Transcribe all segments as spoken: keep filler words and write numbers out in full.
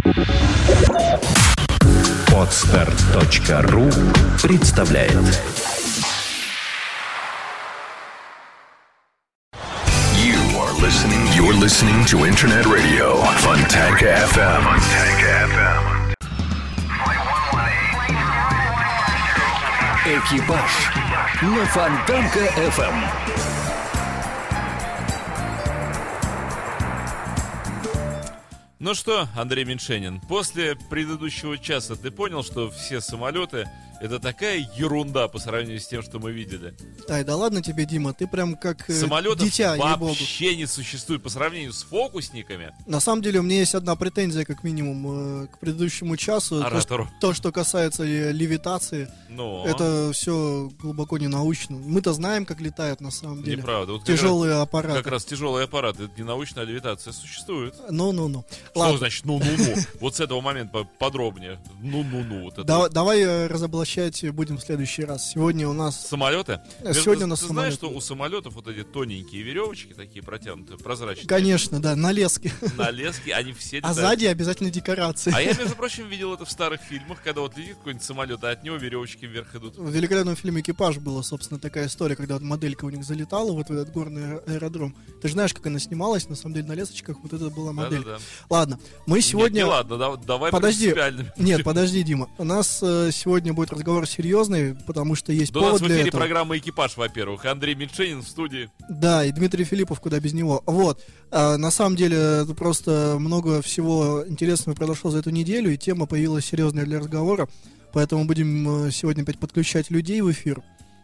Подстер точка ру представляет. You are listening. You're listening to Internet Radio Fontanka эф эм. Fontanka эф эм. Экипаж на Фонтанка эф эм. Ну что, Андрей Меньшенин, после предыдущего часа ты понял, что все самолеты — это такая ерунда по сравнению с тем, что мы видели? Ай, да ладно тебе, Дима, ты прям как э, Самолетов дитя, ей-богу. вообще не существует по сравнению с фокусниками. На самом деле у меня есть одна претензия, как минимум, э, к предыдущему часу. То, что, то, что касается э, левитации, Но... это все глубоко не научно. Мы-то знаем, как летают на самом деле. Неправда. Вот тяжелые как аппараты. Как раз тяжелые аппараты. Это не научная левитация существует. Ну-ну-ну. Что Ладно. значит ну-ну-ну? Вот с этого момента подробнее. Ну-ну-ну. Вот это да, вот. Давай э, разоблачать будем в следующий раз. Сегодня у нас... Самолеты? Сегодня ты, у нас ты самолеты. знаешь, что у самолетов вот эти тоненькие веревочки, такие протянутые, прозрачные? Конечно, да, на леске. На леске, они все летают. А сзади обязательно декорации. А я, между прочим, видел это в старых фильмах, когда вот летит какой-нибудь самолет, а от него веревочки вверх идут. В великолепном фильме «Экипаж» была, собственно, такая история, когда вот моделька у них залетала вот в этот горный аэродром. Ты же знаешь, как она снималась, на самом деле, на лесочках, вот это была модель. Да-да-да. Ладно, мы сегодня... Нет, не ладно, да, давай подожди. принципиальными. Нет, подожди, Дима. У нас э, сегодня будет разговор серьезный, потому что есть да повод у нас в для эфире этого. программа «Экипаж», во-первых. Андрей Меньшенин в студии. Да, и Дмитрий Филиппов, куда без него. Вот. А, на самом деле, просто много всего интересного произошло за эту неделю, и тема появилась серьезная для разговора. Поэтому будем сегодня опять подключать людей в эфир,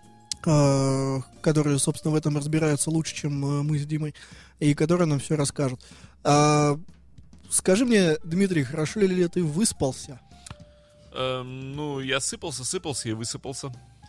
э, которые, собственно, в этом разбираются лучше, чем мы с Димой, и которые нам все расскажут. А, скажи мне, Дмитрий, хорошо ли ты выспался? Эм, ну, я сыпался, сыпался и высыпался.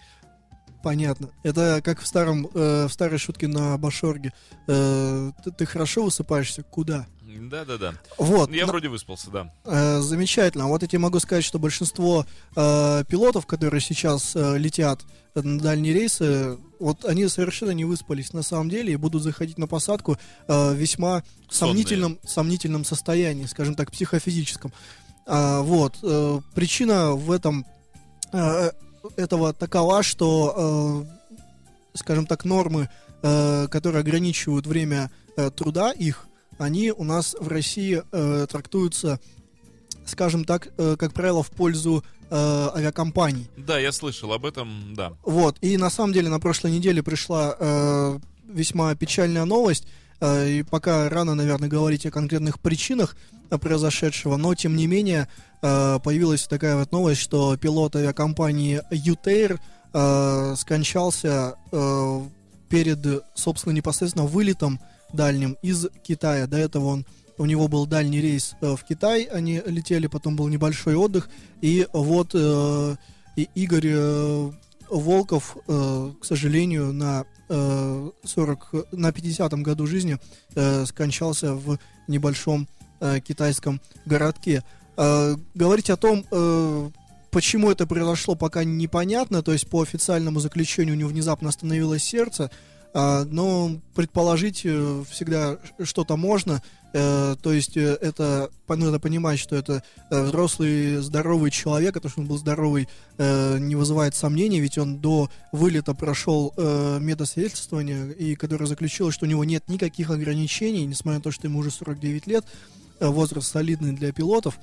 Понятно. Это как в старом, э, в старой шутке на Башорге. Э, ты, ты хорошо высыпаешься? Куда? Да-да-да. Вот. Я на... вроде выспался, да. Э, замечательно. Вот я тебе могу сказать, что большинство э, пилотов, которые сейчас э, летят на дальние рейсы, вот они совершенно не выспались на самом деле и будут заходить на посадку э, в весьма сомнительном, сомнительном состоянии, скажем так, психофизическом. Э, вот. Э, причина в этом... Э, этого такова, что, э, скажем так, нормы, э, которые ограничивают время э, труда их, они у нас в России э, трактуются, скажем так, э, как правило, в пользу э, авиакомпаний. Да, я слышал об этом, да. Вот, и на самом деле на прошлой неделе пришла э, весьма печальная новость, э, и пока рано, наверное, говорить о конкретных причинах произошедшего, но, тем не менее, э, появилась такая вот новость, что пилот авиакомпании Ютейр э, скончался э, перед, собственно, непосредственно вылетом дальним из Китая. До этого он, у него был дальний рейс э, в Китай, они летели, потом был небольшой отдых, и вот э, и Игорь э, Волков, э, к сожалению, на, э, сорок, на пятидесятом году жизни э, скончался в небольшом э, китайском городке. Э, говорить о том, э, почему это произошло, пока непонятно, то есть по официальному заключению у него внезапно остановилось сердце, э, но предположить э, всегда что-то можно. Э, то есть э, это, надо понимать, что это э, взрослый, здоровый человек, а то, что он был здоровый, э, не вызывает сомнений, ведь он до вылета прошел э, медосвидетельствование, и которое заключило, что у него нет никаких ограничений, несмотря на то, что ему уже сорок девять лет, э, возраст солидный для пилотов.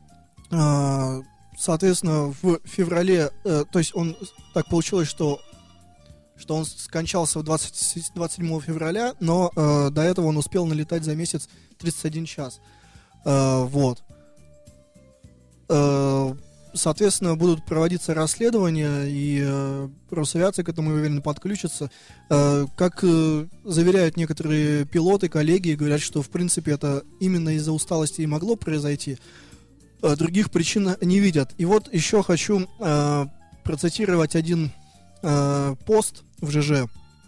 Э, соответственно, в феврале, э, то есть он, так получилось, что что он скончался двадцать, двадцать седьмого февраля, но э, до этого он успел налетать за месяц тридцать один час. Э, вот. Э, соответственно, будут проводиться расследования, и э, Росавиация к этому, я уверен, подключится. Э, как э, заверяют некоторые пилоты, коллеги, говорят, что, в принципе, это именно из-за усталости и могло произойти. Э, других причин не видят. И вот еще хочу э, процитировать один пост в ЖЖ.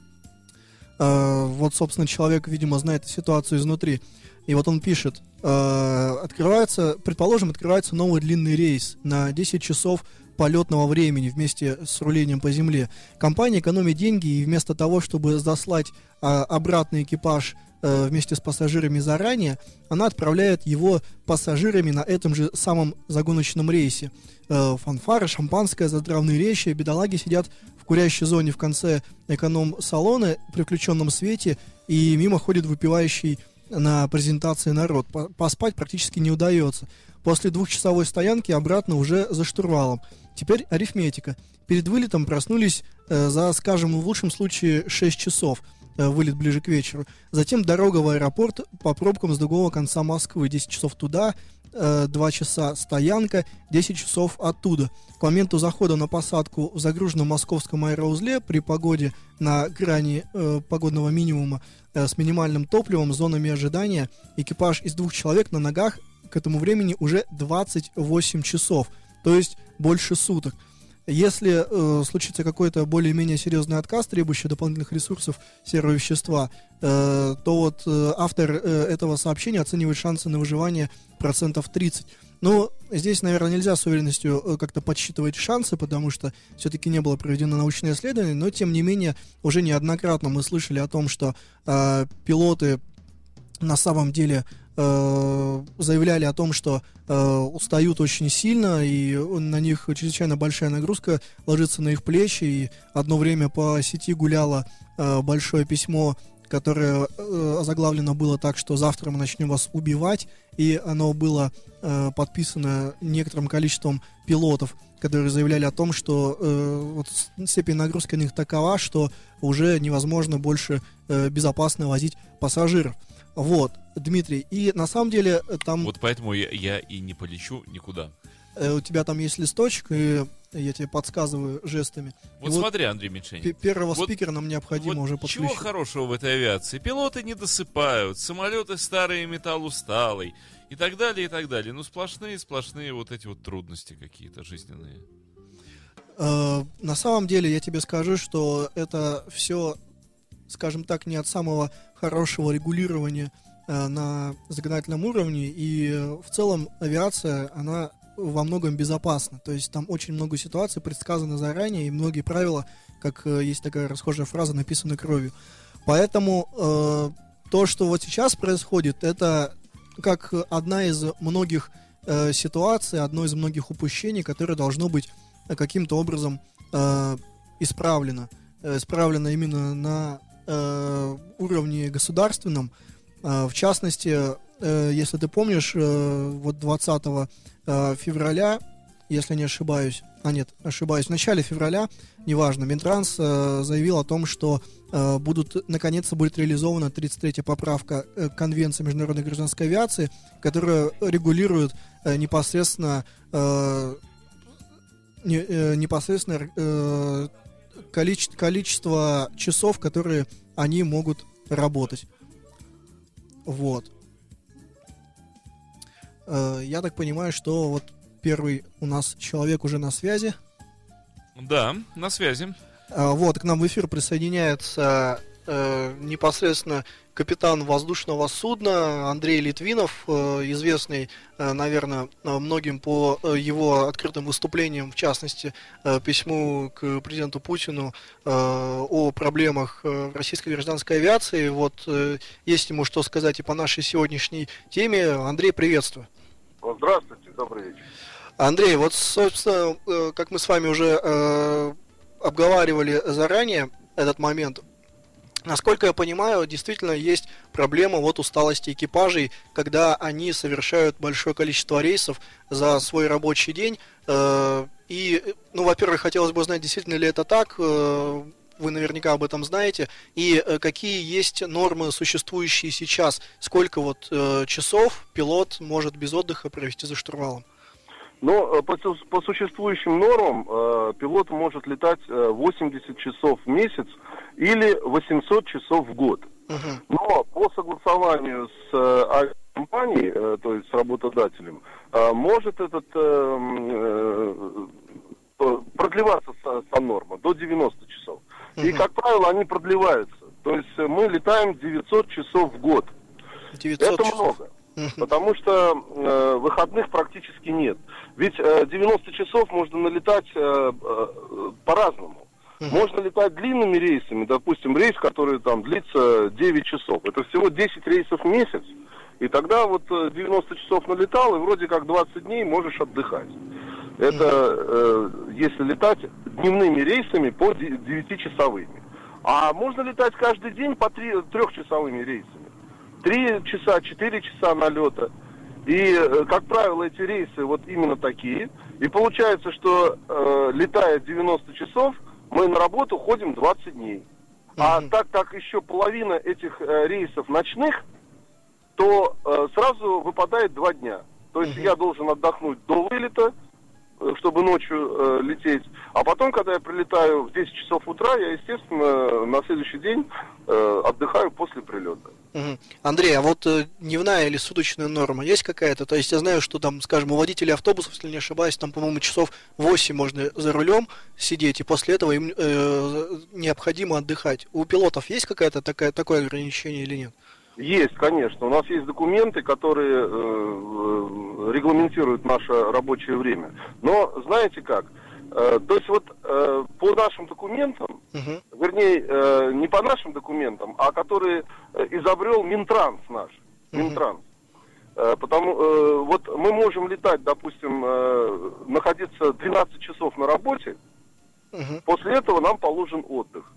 Вот, собственно, человек, видимо, знает ситуацию изнутри. И вот он пишет: открывается, предположим, открывается новый длинный рейс на десять часов полетного времени вместе с рулением по земле. Компания экономит деньги, и вместо того, чтобы заслать обратный экипаж э, вместе с пассажирами заранее, она отправляет его пассажирами на этом же самом загоночном рейсе. Э, фанфары, шампанское, заздравные речи, бедолаги сидят в курящей зоне в конце эконом-салона при включенном свете, и мимо ходит выпивающий на презентации народ. Поспать практически не удается. После двухчасовой стоянки обратно уже за штурвалом. Теперь арифметика. Перед вылетом проснулись э, за, скажем, в лучшем случае шесть часов. Э, вылет ближе к вечеру. Затем дорога в аэропорт по пробкам с другого конца Москвы. десять часов туда, э, два часа стоянка, десять часов оттуда. К моменту захода на посадку в загруженном московском аэроузле при погоде на грани э, погодного минимума э, с минимальным топливом, зонами ожидания, экипаж из двух человек на ногах к этому времени уже двадцать восемь часов, то есть больше суток. Если э, случится какой-то более-менее серьезный отказ, требующий дополнительных ресурсов серого вещества, э, то вот э, автор э, этого сообщения оценивает шансы на выживание процентов тридцать. Но здесь, наверное, нельзя с уверенностью э, как-то подсчитывать шансы, потому что все-таки не было проведено научное исследование, но тем не менее уже неоднократно мы слышали о том, что э, пилоты на самом деле заявляли о том, что э, устают очень сильно, и на них чрезвычайно большая нагрузка ложится на их плечи, и одно время по сети гуляло э, большое письмо, которое э, озаглавлено было так, что «Завтра мы начнем вас убивать», и оно было э, подписано некоторым количеством пилотов, которые заявляли о том, что э, вот степень нагрузки на них такова, что уже невозможно больше э, безопасно возить пассажиров. Вот, Дмитрий, и на самом деле там... Вот поэтому я, я и не полечу никуда. Э, у тебя там есть листочек, и я тебе подсказываю жестами. Вот, вот смотри, Андрей Меньшенин. Первого вот, спикера нам необходимо вот уже подключить. Чего хорошего в этой авиации? Пилоты не досыпают, самолеты старые, металл усталый, и так далее, и так далее. Ну, сплошные-сплошные вот эти вот трудности какие-то жизненные. Э, на самом деле, я тебе скажу, что это все... скажем так, не от самого хорошего регулирования э, на законодательном уровне, и э, в целом авиация, она во многом безопасна, то есть там очень много ситуаций предсказано заранее, и многие правила, как э, есть такая расхожая фраза, написаны кровью. Поэтому э, то, что вот сейчас происходит, это как одна из многих э, ситуаций, одно из многих упущений, которое должно быть э, каким-то образом э, исправлено. Э, исправлено именно на Э, уровне государственном. Э, в частности, э, если ты помнишь, э, вот двадцатого февраля, если не ошибаюсь, а нет, ошибаюсь, в начале февраля, неважно, Минтранс э, заявил о том, что э, будут, наконец-то будет реализована тридцать третья поправка э, Конвенции международной гражданской авиации, которая регулирует э, непосредственно э, не, э, непосредственно э, Количество, количество часов, которые они могут работать. Вот. Э, я так понимаю, что вот первый у нас человек уже на связи. Да, на связи. Э, вот, к нам в эфир присоединяется э, непосредственно капитан воздушного судна Андрей Литвинов, э, известный, э, наверное, многим по э, его открытым выступлениям, в частности, э, письму к президенту Путину э, о проблемах э, российской гражданской авиации. Вот э, есть ему что сказать и по нашей сегодняшней теме. Андрей, приветствую. Здравствуйте, добрый вечер. Андрей, вот, собственно, э, как мы с вами уже э, обговаривали заранее этот момент, насколько я понимаю, действительно есть проблема вот усталости экипажей, когда они совершают большое количество рейсов за свой рабочий день. Э, и, ну, во-первых, хотелось бы узнать, действительно ли это так, э, вы наверняка об этом знаете, и э, какие есть нормы, существующие сейчас, сколько вот э, часов пилот может без отдыха провести за штурвалом? Ну, по, по существующим нормам э, пилот может летать э, восемьдесят часов в месяц или восемьсот часов в год. Uh-huh. Но по согласованию с э, авиакомпанией, э, то есть с работодателем, э, может этот э, э, продлеваться сама норма до девяноста часов. Uh-huh. И, как правило, они продлеваются. То есть мы летаем девятьсот часов в год. девятьсот Это часов. много. Потому что э, выходных практически нет. Ведь э, девяносто часов можно налетать э, э, по-разному. Uh-huh. Можно летать длинными рейсами, допустим, рейс, который там длится девять часов. Это всего десять рейсов в месяц. И тогда вот девяносто часов налетал, и вроде как двадцать дней можешь отдыхать. Это э, если летать дневными рейсами по девятичасовыми. А можно летать каждый день по три, трехчасовыми рейсами. Три часа, четыре часа налета. И, как правило, эти рейсы вот именно такие. И получается, что э, летая девяносто часов, мы на работу ходим двадцать дней. А mm-hmm. так как еще половина этих э, рейсов ночных, то э, сразу выпадает два дня. То есть mm-hmm. я должен отдохнуть до вылета, э, чтобы ночью э, лететь. А потом, когда я прилетаю в десять часов утра, я, естественно, на следующий день э, отдыхаю после прилета. Mm-hmm. Андрей, а вот э, дневная или суточная норма есть какая-то? То есть я знаю, что там, скажем, у водителей автобусов, если не ошибаюсь, там, по-моему, часов восемь можно за рулем сидеть, и после этого им э, необходимо отдыхать. У пилотов есть какая-то такая, такое ограничение или нет? Есть, конечно. У нас есть документы, которые э, регламентируют наше рабочее время. Но знаете как? Э, то есть вот э, по нашим документам, uh-huh. вернее, э, не по нашим документам, а которые изобрел Минтранс наш. Uh-huh. Минтранс. Э, потому э, вот мы можем летать, допустим, э, находиться двенадцать часов на работе, uh-huh. после этого нам положен отдых.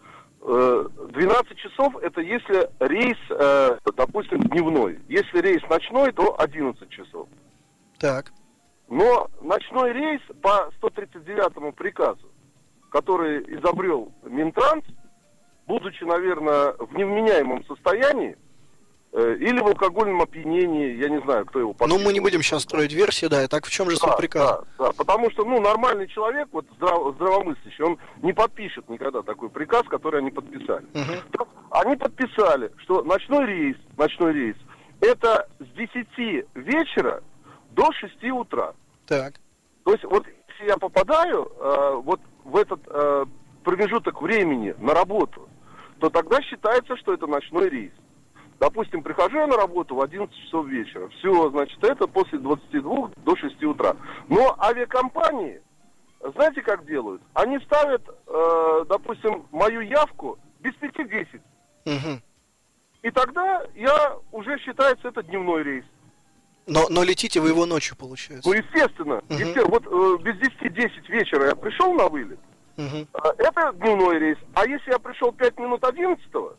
двенадцать часов это если рейс, э, допустим, дневной. Если рейс ночной, то одиннадцать часов. Так. Но ночной рейс по сто тридцать девятому приказу, который изобрел Минтранс, будучи, наверное, в невменяемом состоянии, э, или в алкогольном опьянении, я не знаю, кто его подписывал. Ну, мы не будем сейчас строить версии, да, и так в чем же да, суть приказа? Да, да, потому что, ну, нормальный человек, вот здрав, здравомыслящий, он не подпишет никогда такой приказ, который они подписали. Uh-huh. Они подписали, что ночной рейс, ночной рейс, это с десяти вечера до шести утра. Так. То есть, вот если я попадаю э, вот в этот э, промежуток времени на работу, то тогда считается, что это ночной рейс. Допустим, прихожу я на работу в одиннадцать часов вечера. Все, значит, это после двадцати двух до шести утра. Но авиакомпании, знаете, как делают? Они ставят, э, допустим, мою явку без пяти десять. Угу. И тогда я уже считается это дневной рейс. Но, но летите вы его ночью, получается? Ну, естественно. Uh-huh. естественно. Вот э, без десяти десять вечера я пришел на вылет, uh-huh. э, это дневной рейс. А если я пришел пять минут одиннадцатого,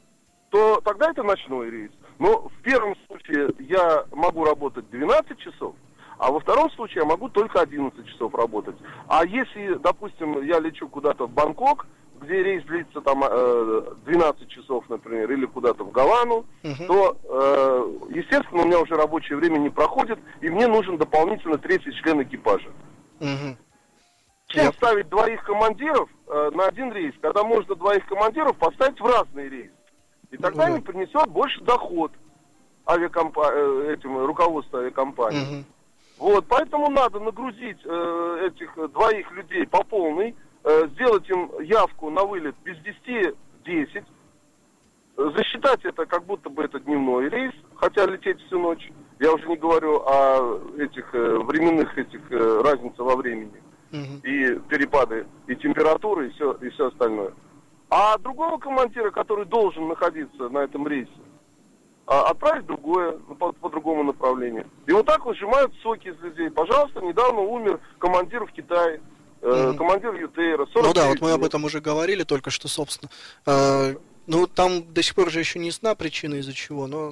то тогда это ночной рейс. Но в первом случае я могу работать двенадцать часов, а во втором случае я могу только одиннадцать часов работать. А если, допустим, я лечу куда-то в Бангкок, где рейс длится там двенадцать часов, например, или куда-то в Гавану, uh-huh. то, э, естественно, у меня уже рабочее время не проходит, и мне нужен дополнительно третий член экипажа. Uh-huh. Чем yep. ставить двоих командиров э, на один рейс, когда можно двоих командиров поставить в разные рейсы? И тогда uh-huh. им принесет больше доход авиакомпа- э, этим, руководству авиакомпании. Uh-huh. Вот, поэтому надо нагрузить э, этих двоих людей по полной, сделать им явку на вылет без десяти десять, засчитать это, как будто бы это дневной рейс, хотя лететь всю ночь. Я уже не говорю о этих э, временных этих э, разнице во времени, uh-huh. и перепады, и температуры, и все, и все остальное. А другого командира, который должен находиться на этом рейсе, а, отправить другое, по, по другому направлению. И вот так вот сжимают соки из людей. Пожалуйста, недавно умер командир в Китае. Mm-hmm. Командир ЮТР. Ну да, вот мы об этом уже говорили только что, собственно. А, ну, там до сих пор же еще не ясна причина, из-за чего, но...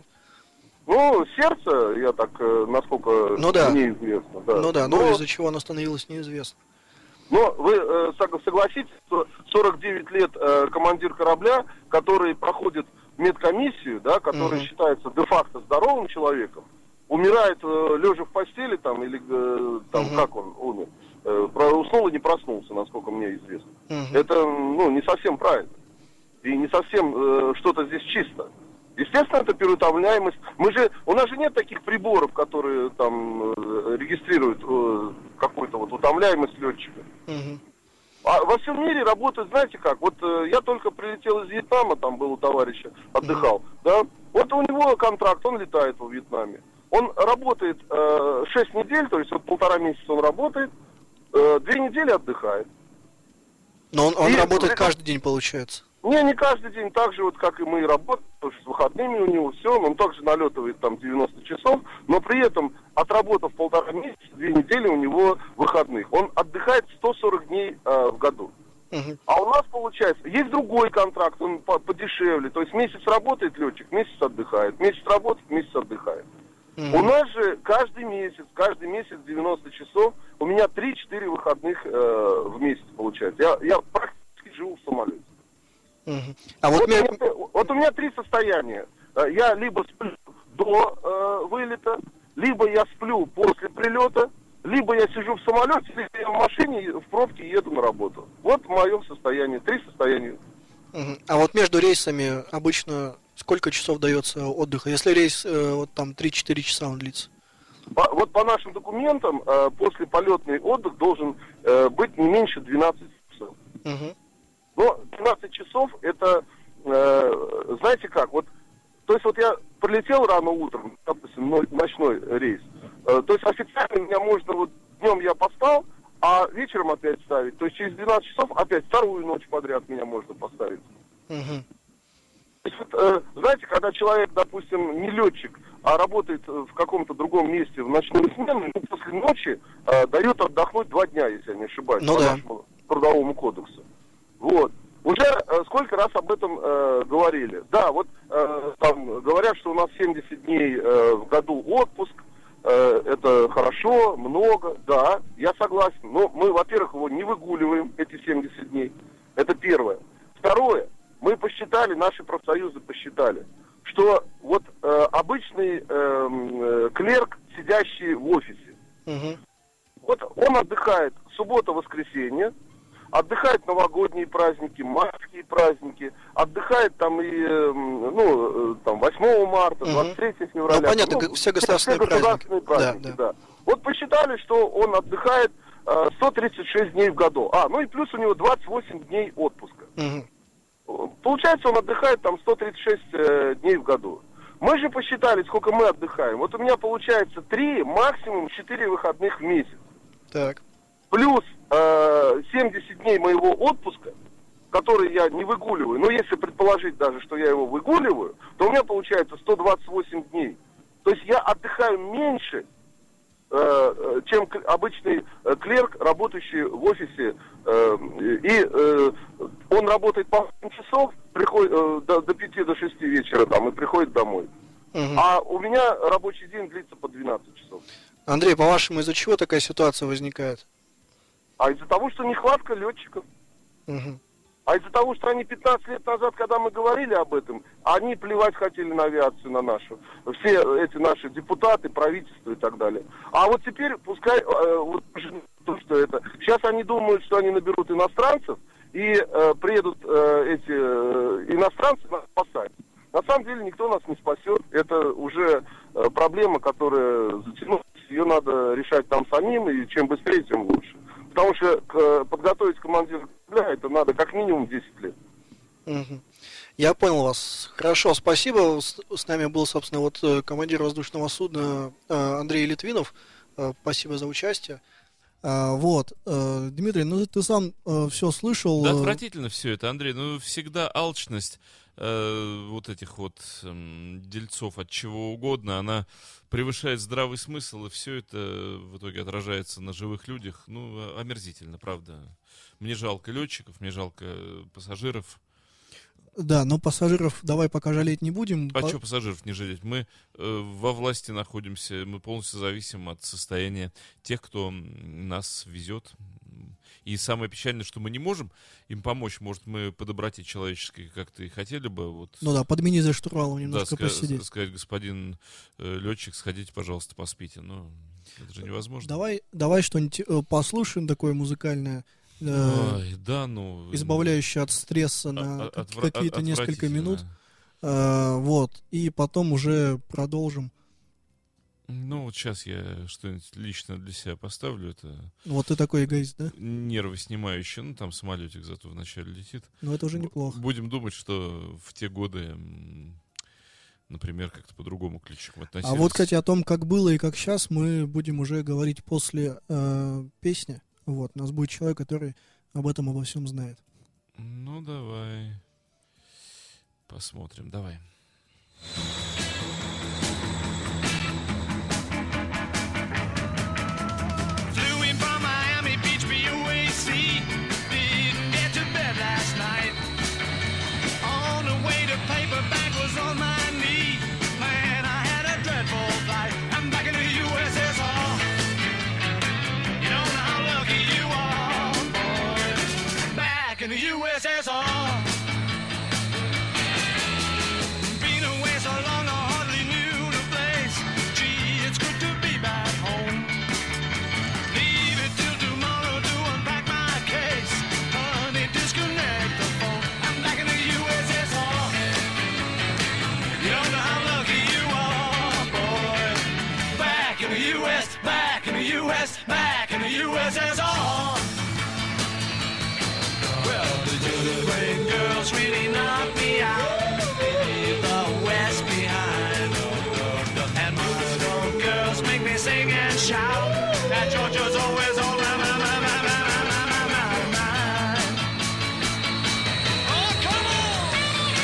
Ну, сердце, я так, насколько ну, да. мне известно. Да. Ну да, но, но из-за чего оно становилось, неизвестно. Но вы э, согласитесь, что сорок девять лет э, командир корабля, который проходит медкомиссию, да, который mm-hmm. считается де-факто здоровым человеком, умирает э, лежа в постели, там, или э, там, mm-hmm. как он умер, э, уснул и не проснулся, насколько мне известно. Mm-hmm. Это, ну, не совсем правильно. И не совсем э, что-то здесь чисто. Естественно, это переутомляемость. Мы же, у нас же нет таких приборов, которые там э, регистрируют э, какую-то вот утомляемость летчика. Mm-hmm. А во всем мире работают, знаете как, вот э, я только прилетел из Вьетнама, там был у товарища, отдыхал, mm-hmm. да, вот у него контракт, он летает во Вьетнаме. Он работает э, шесть недель, то есть вот полтора месяца он работает, э, две недели отдыхает. Но он, он И работает в- каждый день, получается. Не, не каждый день, так же вот, как и мы и работаем, потому что с выходными у него все, он также налетывает там девяносто часов, но при этом, отработав полтора месяца, две недели у него выходных. Он отдыхает сто сорок дней э, в году. Мгм. А у нас получается, есть другой контракт, он по- подешевле, то есть месяц работает летчик, месяц отдыхает, месяц работает, месяц отдыхает. Мгм. У нас же каждый месяц, каждый месяц девяносто часов, у меня три-четыре выходных э, в месяц получается. Я, я практически живу в самолете. Мгм. А вот, Вот, ме- у меня, вот у меня три состояния. Э, Я либо сплю до э, вылета, либо я сплю после прилета, либо я сижу в самолете, либо я в машине, в пробке еду на работу. Вот в моем состоянии. Три состояния. Мгм. А вот между рейсами обычно сколько часов дается отдыха? Если рейс э, вот там три-четыре часа он длится. По- вот по нашим документам, э, после полетный отдых должен э, быть не меньше двенадцати часов. Мгм. Но двенадцать часов это, э, знаете как, вот, то есть вот я прилетел рано утром, допустим, но- ночной рейс, э, то есть официально меня можно, вот днем я поспал, а вечером опять ставить, то есть через двенадцать часов опять вторую ночь подряд меня можно поставить. Мгм. То есть, вот, э, знаете, когда человек, допустим, не летчик, а работает э, в каком-то другом месте в ночную смену, ему после ночи э, дают отдохнуть два дня, если я не ошибаюсь, Ну по да. нашему трудовому кодексу. Вот. Уже э, сколько раз об этом э, говорили. Да, вот э, там говорят, что у нас семьдесят дней э, в году отпуск. Э, это хорошо, много, да, я согласен. Но мы, во-первых, его не выгуливаем, эти семьдесят дней. Это первое. Второе, мы посчитали, наши профсоюзы посчитали, что вот э, обычный э, э, клерк, сидящий в офисе, Мгм. вот он отдыхает суббота-воскресенье, отдыхает новогодние праздники, майские праздники, отдыхает там и, э, ну, э, там, восьмого марта, Мгм. двадцать третьего февраля. Ну, понятно, г- все государственные государственные праздники. праздники, Да, да. Вот посчитали, что он отдыхает э, сто тридцать шесть дней в году. А, ну и плюс у него двадцать восемь дней отпуска. Мгм. Получается, он отдыхает там сто тридцать шесть э, дней в году. Мы же посчитали, сколько мы отдыхаем. Вот у меня получается три, максимум четыре выходных в месяц. Так. Плюс э, семьдесят дней моего отпуска, который я не выгуливаю. Но если предположить даже, что я его выгуливаю, то у меня получается сто двадцать восемь дней. То есть я отдыхаю меньше, э, э, чем к- обычный э, клерк, работающий в офисе. Э, и э, он работает по восемь часов, приходит э, до, до пяти, до шести вечера там, и приходит домой. Мгм. А у меня рабочий день длится по двенадцать часов. Андрей, по-вашему, из-за чего такая ситуация возникает? А из-за того, что нехватка летчиков. Мгм. А из-за того, что они пятнадцать лет назад, когда мы говорили об этом, они плевать хотели на авиацию, на нашу. Все эти наши депутаты, правительство и так далее. А вот теперь, пускай, э, вот, то, что это... Сейчас они думают, что они наберут иностранцев, и э, приедут э, эти э, иностранцы нас спасать. На самом деле никто нас не спасет. Это уже э, проблема, которая затянулась. Ее надо решать там самим, и чем быстрее, тем лучше. Потому что к, подготовить командира корабля, это надо как минимум десять лет. Мгм. Я понял вас. Хорошо, спасибо. С, с нами был, собственно, вот э, командир воздушного судна э, Андрей Литвинов. Э, Спасибо за участие. А, вот, э, Дмитрий, ну ты сам все слышал. Да, э, отвратительно все это, Андрей. Ну, всегда алчность э, вот этих вот эм, дельцов от чего угодно, она превышает здравый смысл, и все это в итоге отражается на живых людях. Ну, омерзительно, правда. Мне жалко летчиков, мне жалко пассажиров. Да, но пассажиров давай пока жалеть не будем. А По- что пассажиров не жалеть? Мы э, во власти находимся, мы полностью зависим от состояния тех, кто м, нас везет. И самое печальное, что мы не можем им помочь. Может, мы по доброте человеческой как-то и хотели бы. Вот, Ну да, подмени за штурвалом да, немножко ска- посидеть. сказать, господин э, летчик, сходите, пожалуйста, поспите. Но это же невозможно. Давай, давай что-нибудь э, послушаем такое музыкальное, э, Ой, да, ну... избавляющее от стресса а- на а- как- отвра- какие-то от- несколько минут. отвратительно. Э, вот, и потом уже продолжим. Ну, вот сейчас я что-нибудь лично для себя поставлю. Это Вот ты такой эгоист, да? нервы снимающие. Ну, там самолетик зато вначале летит. Ну это уже неплохо. Будем думать, что в те годы, м, например, как-то по-другому к летчикам А относились. вот, кстати, о том, как было и как сейчас, мы будем уже говорить после э, песни. Вот, у нас будет человек, который об этом обо всем знает. Ну, давай. Посмотрим, давай. In the ю эс эс ар, been away so long I hardly knew the place. Gee, it's good to be back home. Leave it till tomorrow to unpack my case. Honey, disconnect the phone. I'm back in the ю эс эс ар. You don't know how lucky you are, boy. Back in the ю эс, back in the ю эс, back in the ю эс эс ар. The great girls really knock me out. Leave the West behind. And Moscow girls make me sing and shout. And Georgia's always on my, my, my, my, my, my, my, my mind. Oh, come on!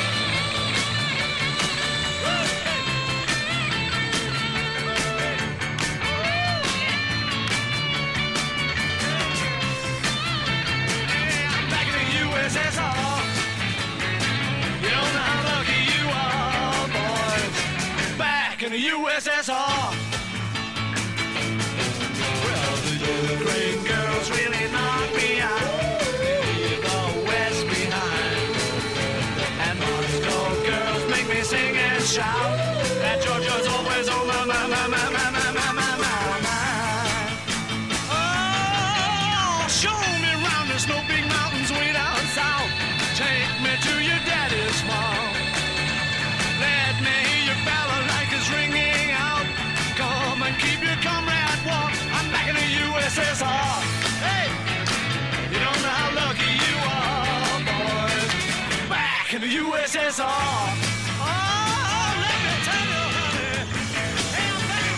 Hey, I'm back in the ю эс эс ар. You don't know how lucky you are, boys. Back in the ю эс эс ар. Well, the great girls really knock me out. Leave the West behind. And Moscow girls make me sing and shout. And Georgia's always on my, my, my, my, my, my, my, my, my mind. Oh, show me round, there's no big mountains way down south. Take me to your daddy's farm. Let me hear your balalaikas ringing out. Come and keep your comrade warm. I'm back in the ю эс эс ар. Hey, you don't know how lucky you are, boys. Back in the ю эс эс ар. Oh, let me tell you, honey. Hey, I'm back.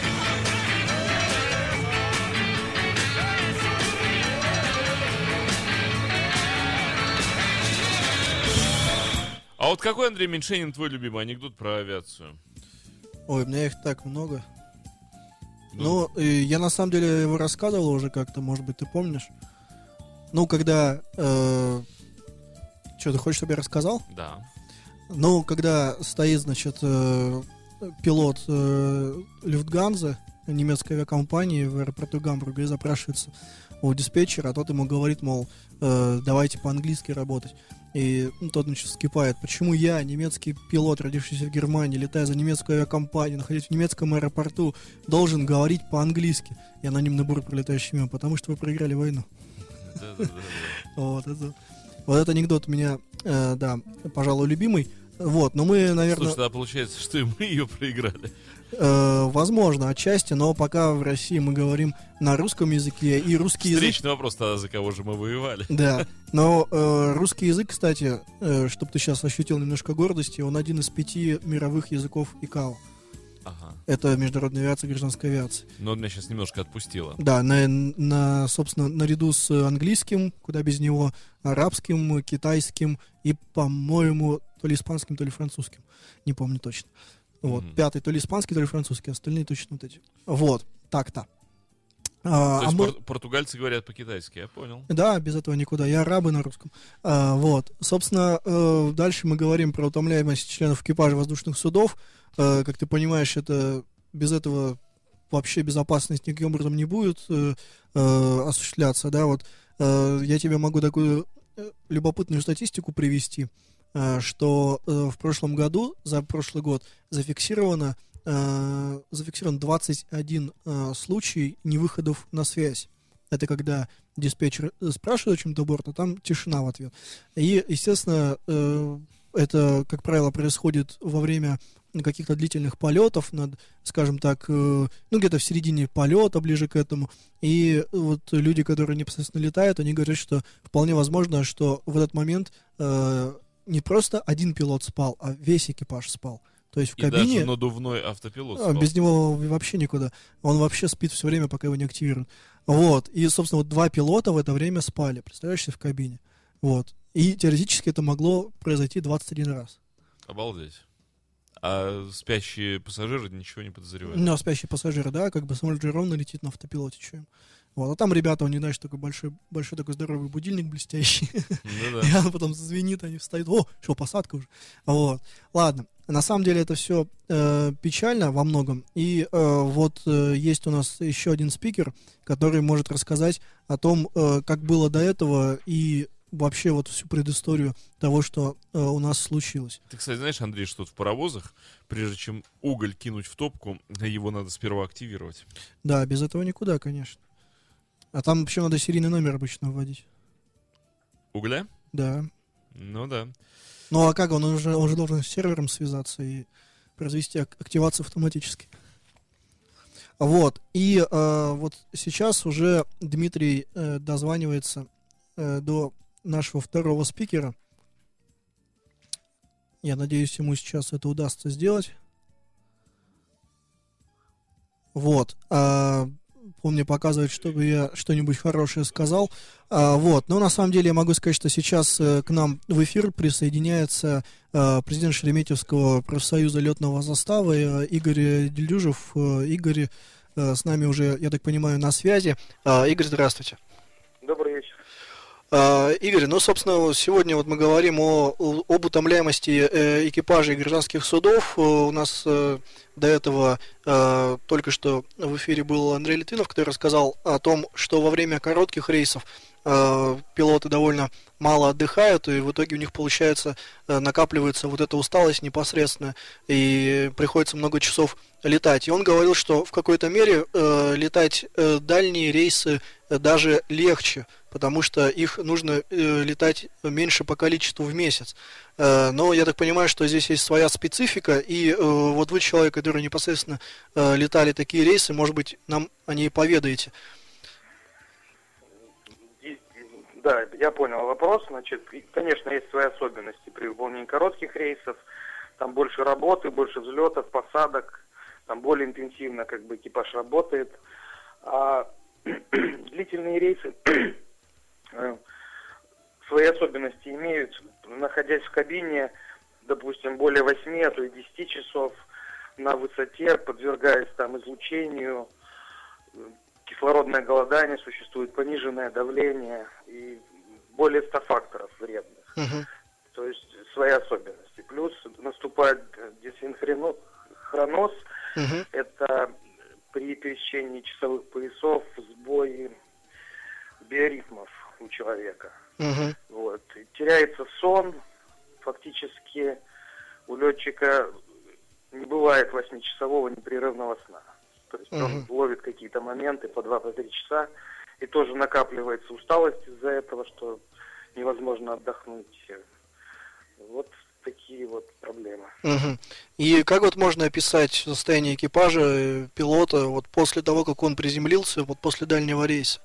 А вот какой, Андрей Меньшенин, твой любимый анекдот про авиацию? Ой, у меня их так много. Ну, ну я на самом деле его рассказывал уже как-то, может быть, ты помнишь. Ну, когда... Э, что, ты хочешь, чтобы я рассказал? Да. Ну, когда стоит, значит, э, пилот э, Люфтганзы, немецкой авиакомпании в аэропорту Гамбурга и запрашивается у диспетчера, а тот ему говорит, мол, э, давайте по-английски работать. И ну, тот, значит, вскипает. Почему я, немецкий пилот, родившийся в Германии, летая за немецкую авиакомпанию, находясь в немецком аэропорту, должен говорить по-английски? И анонимный бур, пролетающий мимо. Потому что вы проиграли войну. Вот это, вот этот анекдот у меня, э, да, пожалуй, любимый. Вот, но мы, наверное... Слушай, тогда получается, что и мы ее проиграли. Э, возможно, отчасти, но пока в России мы говорим на русском языке, и русский язык... Встречный вопрос тогда, за кого же мы воевали. Да, но э, русский язык, кстати, э, чтобы ты сейчас ощутил немножко гордости, он один из пяти мировых языков ИКАО. Ага. Это международная авиация, гражданская авиация. Но он меня сейчас немножко отпустило. Да, на, на, собственно, наряду с английским, куда без него, арабским, китайским и, по-моему, то ли испанским, то ли французским. Не помню точно. Вот, mm-hmm. Пятый, то ли испанский, то ли французский, остальные точно вот эти. Вот, так-то. А, то есть а мы... пор- португальцы говорят по-китайски, я понял. Да, без этого никуда. Я арабы на русском. А, вот. Собственно, э, дальше мы говорим про утомляемость членов экипажа воздушных судов. Э, как ты понимаешь, это без этого вообще безопасность никаким образом не будет э, э, осуществляться. Да? Вот, э, я тебе могу такую любопытную статистику привести, э, что э, в прошлом году, за прошлый год, зафиксировано Uh, зафиксирован двадцать один uh, случай невыходов на связь. Это когда диспетчер спрашивает о чем-то борт, а там тишина в ответ. И, естественно, uh, это, как правило, происходит во время каких-то длительных полетов, над, скажем так, uh, ну, где-то в середине полета, ближе к этому. И вот люди, которые непосредственно летают, они говорят, что вполне возможно, что в этот момент uh, не просто один пилот спал, а весь экипаж спал. То есть в И кабине... даже надувной автопилот А, спал. без него вообще никуда. Он вообще спит все время, пока его не активируют. Вот. И, собственно, вот два пилота в это время спали, представляешь себе, в кабине. Вот. И теоретически это могло произойти двадцать один раз. Обалдеть. А спящие пассажиры ничего не подозревают. Ну, а спящие пассажиры, да, как бы самолет же ровно летит на автопилоте, что им. Вот. А там ребята, у них, знаешь, такой большой, большой такой здоровый будильник блестящий. Ну И да. он потом зазвенит, они встают, о, что, посадка уже. Вот. Ладно. На самом деле это все э, печально во многом. И э, вот э, есть у нас еще один спикер, который может рассказать о том, э, как было до этого и вообще вот всю предысторию того, что э, у нас случилось. Ты, кстати, знаешь, Андрей, что вот в паровозах, прежде чем уголь кинуть в топку, его надо сперва активировать. Да, без этого никуда, конечно. А там вообще надо серийный номер обычно вводить. Угля? Да. Ну да. Ну а как он? Он же, он же должен с сервером связаться и произвести ак- активацию автоматически. Вот. И э, вот сейчас уже Дмитрий э, дозванивается э, до нашего второго спикера. Я надеюсь, ему сейчас это удастся сделать. Вот. А, он мне показывает, чтобы я что-нибудь хорошее сказал. А, вот. Но на самом деле я могу сказать, что сейчас э, к нам в эфир присоединяется э, президент Шереметьевского профсоюза летного состава э, Игорь Дельдюжев. Э, Игорь э, с нами уже, я так понимаю, на связи. А, Игорь, здравствуйте. Добрый вечер. А, Игорь, ну, собственно, сегодня вот мы говорим о, о- об утомляемости э, экипажей гражданских судов. Э, У нас э, до этого э, только что в эфире был Андрей Литвинов, который рассказал о том, что во время коротких рейсов э, пилоты довольно мало отдыхают, и в итоге у них, получается, э, накапливается вот эта усталость непосредственно, и приходится много часов летать. И он говорил, что в какой-то мере э, летать э, дальние рейсы э, даже легче, потому что их нужно э, летать меньше по количеству в месяц. Э, но я так понимаю, что здесь есть своя специфика, и э, вот вы человек, который непосредственно э, летали такие рейсы, может быть, нам о ней поведаете. И- Да, я понял вопрос. Значит, и, конечно, есть свои особенности при выполнении коротких рейсов. Там больше работы, больше взлетов, посадок. Там более интенсивно как бы экипаж работает. А длительные рейсы э, свои особенности имеют. Находясь в кабине, допустим, более восьми, а то и десяти часов на высоте, подвергаясь там излучению, э, кислородное голодание, существует пониженное давление и более ста факторов вредных. Мгм. То есть свои особенности. Плюс наступает десинхроноз. Мгм. Это при пересечении часовых поясов сбои биоритмов у человека. Мгм. Вот. И теряется сон. Фактически у летчика не бывает восьмичасового непрерывного сна. То есть он Мгм. ловит какие-то моменты по два, по три часа, и тоже накапливается усталость из-за этого, что невозможно отдохнуть. Вот такие вот проблемы. Мгм. И как вот можно описать состояние экипажа, э, пилота, вот после того, как он приземлился, вот после дальнего рейса?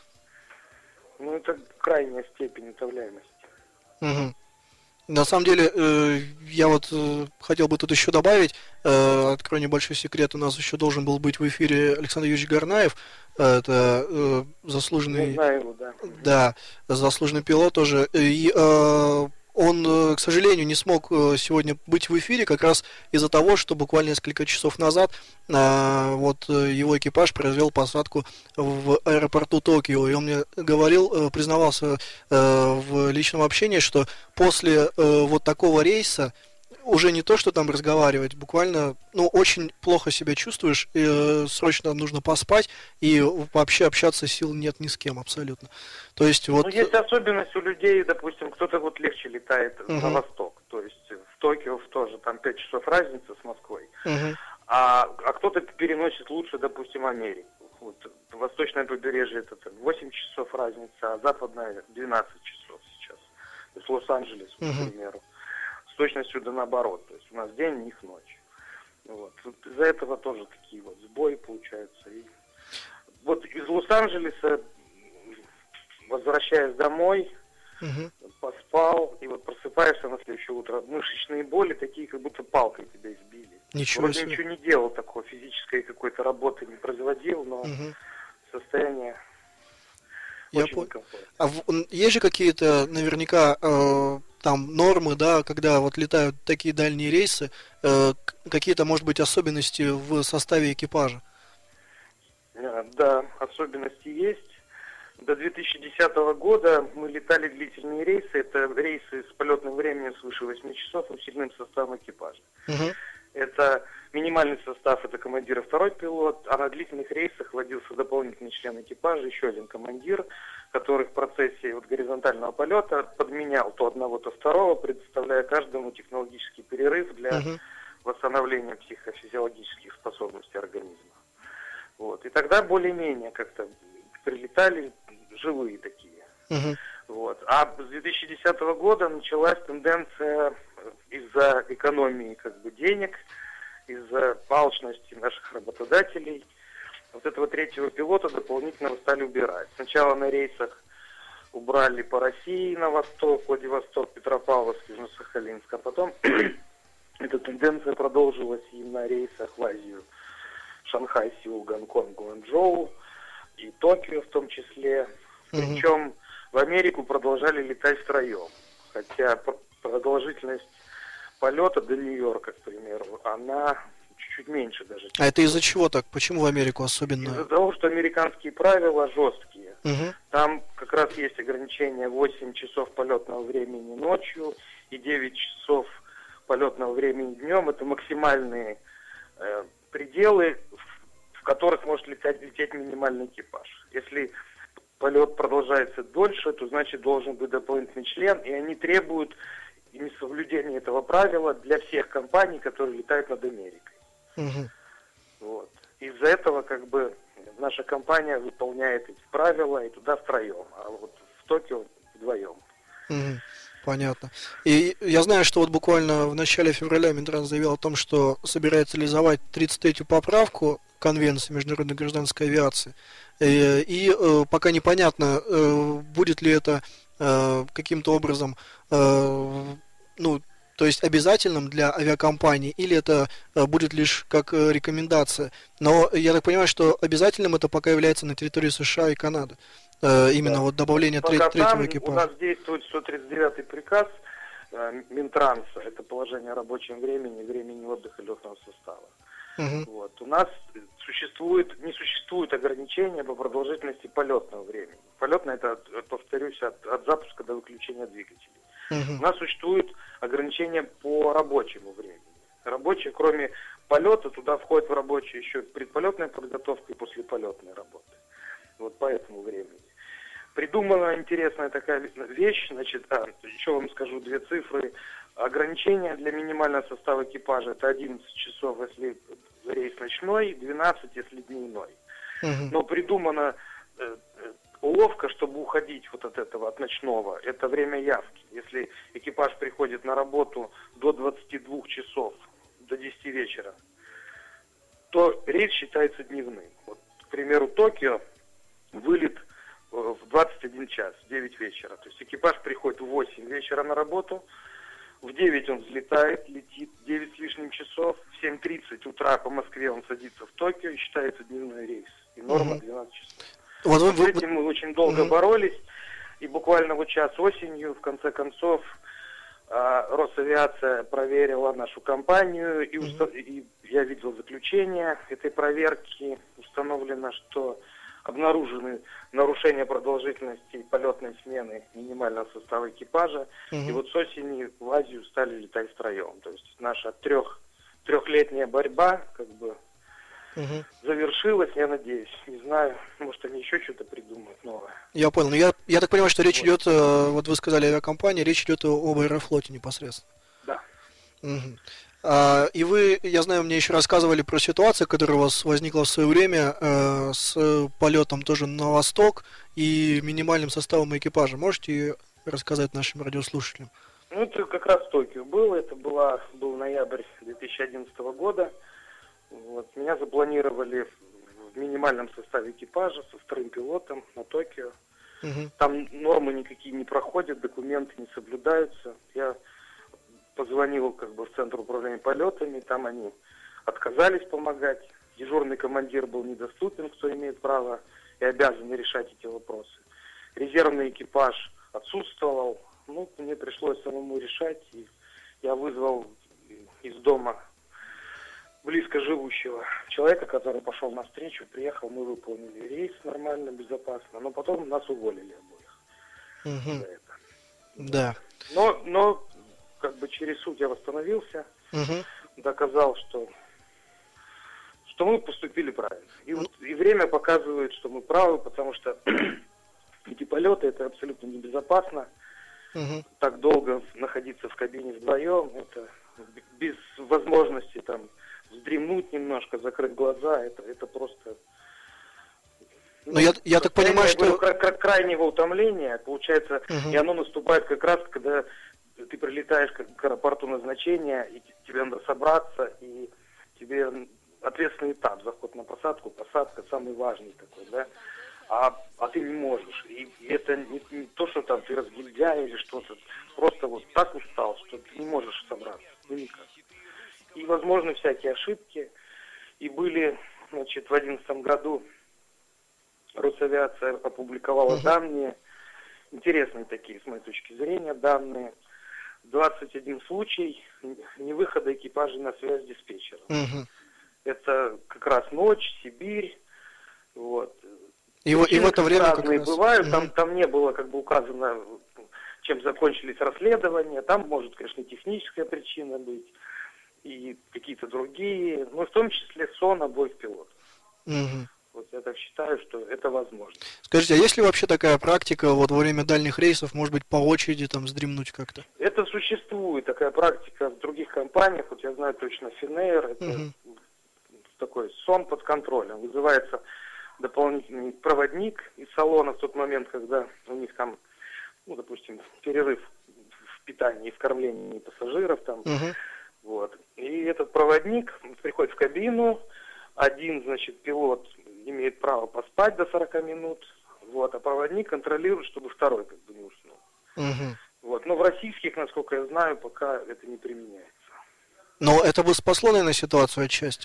Ну, это крайняя степень утомляемости. Мгм. На самом деле, э, я вот э, хотел бы тут еще добавить, э, открою небольшой секрет, у нас еще должен был быть в эфире Александр Юрьевич Горнаев, э, это э, Я заслуженный, знаю его, да. да, заслуженный пилот тоже, и э, он, э, к сожалению, не смог э, сегодня быть в эфире как раз из-за того, что буквально несколько часов назад э, вот э, его экипаж произвел посадку в аэропорту Токио, и он мне говорил, э, признавался э, в личном общении, что после э, вот такого рейса уже не то, что там разговаривать, буквально, ну, очень плохо себя чувствуешь, и, э, срочно нужно поспать, и вообще общаться сил нет ни с кем абсолютно. То есть вот... Ну, есть особенность у людей, допустим, кто-то вот легче летает на Мгм. восток. То есть в Токио тоже там пять часов разница с Москвой. Мгм. А, а кто-то переносит лучше, допустим, Америку. Вот, восточное побережье это там восемь часов разница, а западное двенадцать часов сейчас. То есть Лос-Анджелес, Мгм. к примеру. С точностью да наоборот. То есть у нас день, у них ночь. Вот. Вот из-за этого тоже такие вот сбои получаются. И вот из Лос-Анджелеса, возвращаясь домой, Мгм. поспал, и вот просыпаешься на следующее утро. Мышечные боли такие, как будто палкой тебя избили. Ничего Вроде себе. ничего не делал такого, физической какой-то работы не производил, но Мгм. состояние Я очень понял. некомфортное. А в- н- есть же какие-то наверняка э, там нормы, да, когда вот летают такие дальние рейсы, э, к- какие-то, может быть, особенности в составе экипажа? Э, Да, особенности есть. До две тысячи десятого года мы летали длительные рейсы. Это рейсы с полетным временем свыше восьми часов, усиленным составом экипажа. Мгм. Это минимальный состав, это командир и второй пилот, а на длительных рейсах вводился дополнительный член экипажа, еще один командир, который в процессе вот горизонтального полета подменял то одного, то второго, предоставляя каждому технологический перерыв для Мгм. восстановления психофизиологических способностей организма. Вот. И тогда более-менее как-то прилетали живые такие. Мгм. Вот. А с две тысячи десятого года началась тенденция из-за экономии как бы денег, из-за алчности наших работодателей. Вот этого третьего пилота дополнительно стали убирать. Сначала на рейсах убрали по России на восток, Владивосток, Петропавловск, Южно-Сахалинск, а потом эта тенденция продолжилась и на рейсах в Азию. Шанхай, Сеул, Гонконг, Гуанчжоу и Токио в том числе. Мгм. Причем в Америку продолжали летать втроем. Хотя пр- продолжительность полета до Нью-Йорка, к примеру, она чуть-чуть меньше даже. А это из-за чего так? Почему в Америку Из-за особенно? того, что американские правила жесткие. Мгм. Там как раз есть ограничение восемь часов полетного времени ночью и девять часов полетного времени днем. Это максимальные э, пределы, в, в которых может лететь, лететь минимальный экипаж. Если полет продолжается дольше, то значит должен быть дополнительный член, и они требуют несоблюдения этого правила для всех компаний, которые летают над Америкой. Мгм. Вот. Из-за этого как бы наша компания выполняет эти правила и туда втроем, а вот в Токио вдвоем. Мгм. Понятно. И я знаю, что вот буквально в начале февраля Минтранс заявил о том, что собирается реализовать тридцать третью поправку Конвенции международной гражданской авиации. И, и, э, пока непонятно, э, будет ли это э, каким-то образом, э, ну, то есть обязательным для авиакомпаний, или это э, будет лишь как э, рекомендация. Но я так понимаю, что обязательным это пока является на территории США и Канады. Э, именно Да. вот добавление Пока треть- третьего там экипажа. у нас действует сто тридцать девятый приказ э, Минтранса, это положение о рабочем времени, времени отдыха летного состава. Мгм. Вот. У нас существует, не существует ограничения по продолжительности полетного времени. Полетное это, повторюсь, от, от запуска до выключения двигателей. Мгм. У нас существует ограничения по рабочему времени. Рабочее, кроме полета, туда входит в рабочее еще предполетная подготовка и послеполетная работа. Вот по этому времени. Придумана интересная такая вещь, значит, а, еще вам скажу две цифры. Ограничение для минимального состава экипажа это одиннадцать часов, если рейс ночной, двенадцать, если дневной. Мгм. Но придумана э, э, уловка, чтобы уходить вот от этого, от ночного. Это время явки. Если экипаж приходит на работу до двадцати двух часов, до десяти вечера, то рейс считается дневным. Вот, к примеру, Токио, вылет э, в двадцать один час, в девять вечера. То есть экипаж приходит в восемь вечера на работу, в девять он взлетает, летит девять с лишним часов, в семь тридцать утра по Москве он садится в Токио и считается дневной рейс. И норма Мгм. двенадцать часов. Вот вы- С вы- этим мы очень долго Мгм. боролись, и буквально вот сейчас осенью, в конце концов, а, Росавиация проверила нашу компанию, и, уста- и я видел заключение этой проверки. Установлено, что обнаружены нарушения продолжительности полетной смены минимального состава экипажа. Мгм. И вот с осени в Азию стали летать втроем. То есть наша трех, трехлетняя борьба как бы Мгм. завершилась, я надеюсь. Не знаю, может они еще что-то придумают новое. Я понял. Но я, я так понимаю, что речь Вот. идет, э, вот вы сказали авиакомпания, речь идет об Аэрофлоте непосредственно. Да. Мгм. А, и вы, я знаю, мне еще рассказывали про ситуацию, которая у вас возникла в свое время э, с полетом тоже на восток и минимальным составом экипажа. Можете рассказать нашим радиослушателям? Ну, это как раз в Токио было. Это была, был ноябрь две тысячи одиннадцатого года. Вот. Меня запланировали в минимальном составе экипажа со вторым пилотом на Токио. Мгм. Там нормы никакие не проходят, документы не соблюдаются. Я позвонил как бы в Центр управления полетами, там они отказались помогать. Дежурный командир был недоступен, кто имеет право и обязан решать эти вопросы. Резервный экипаж отсутствовал. Ну, мне пришлось самому решать. И я вызвал из дома близко живущего человека, который пошел навстречу, приехал, мы выполнили рейс нормально, безопасно, но потом нас уволили обоих Мгм. за это. Да. Но, но как бы через суд я восстановился, Мгм. доказал, что, что мы поступили правильно. И, вот, и время показывает, что мы правы, потому что эти полеты, это абсолютно небезопасно. Мгм. Так долго находиться в кабине вдвоем, это без возможности там вздремнуть немножко, закрыть глаза, это, это просто... Но я, я так понимаю, я говорю, что... кра- кра- крайнего утомления, получается, Мгм. и оно наступает как раз, когда ты прилетаешь к к аэропорту назначения, и т- тебе надо собраться, и тебе ответственный этап, заход на посадку, посадка самый важный такой, да, а, а ты не можешь. И, и это не, не то, что там ты разгильдяй или что-то, просто вот так устал, что ты не можешь собраться, ну никак. И возможны всякие ошибки, и были, значит, в две тысячи одиннадцатом году Росавиация опубликовала Мгм. данные, интересные такие, с моей точки зрения, данные. двадцать один случай невыхода экипажей на связь с диспетчером. Мгм. Это как раз ночь, Сибирь, вот. И, во- и в Причины это время как разные раз... бывают, Мгм. там, там не было как бы указано, чем закончились расследования, там может, конечно, техническая причина быть, и какие-то другие, но в том числе сон обоих пилотов. Мгм. Вот я так считаю, что это возможно. Скажите, а есть ли вообще такая практика вот во время дальних рейсов, может быть, по очереди там вздремнуть как-то? Это существует, такая практика в других компаниях, вот я знаю точно Финэйр, это Мгм. такой сон под контролем, вызывается дополнительный проводник из салона в тот момент, когда у них там, ну, допустим, перерыв в питании и в кормлении пассажиров там, Мгм. вот. И этот проводник приходит в кабину, один, значит, пилот имеет право поспать до сорока минут, вот, а проводник контролирует, чтобы второй как бы не уснул. Мгм. Вот. Но в российских, насколько я знаю, пока это не применяется. Но это бы спасло, наверное, ситуацию отчасти?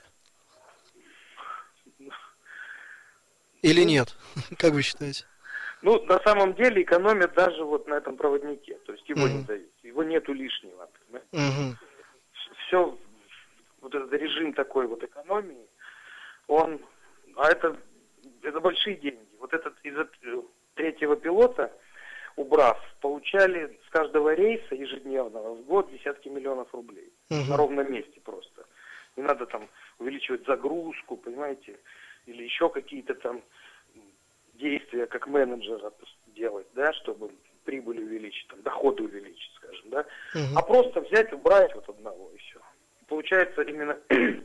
Или нет? Как вы считаете? Ну, на самом деле экономят даже вот на этом проводнике, то есть его Мгм. не дают, его нету лишнего. Мгм. Все, вот этот режим такой вот экономии, он, а это, это большие деньги. Вот этот из третьего пилота, убрав, получали с каждого рейса ежедневного в год десятки миллионов рублей. Мгм. На ровном месте просто. Не надо там увеличивать загрузку, понимаете, или еще какие-то там действия, как менеджера делать, да, чтобы прибыль увеличить, там, доходы увеличить, скажем, да, Мгм. а просто взять, убрать вот одного и все. Получается именно,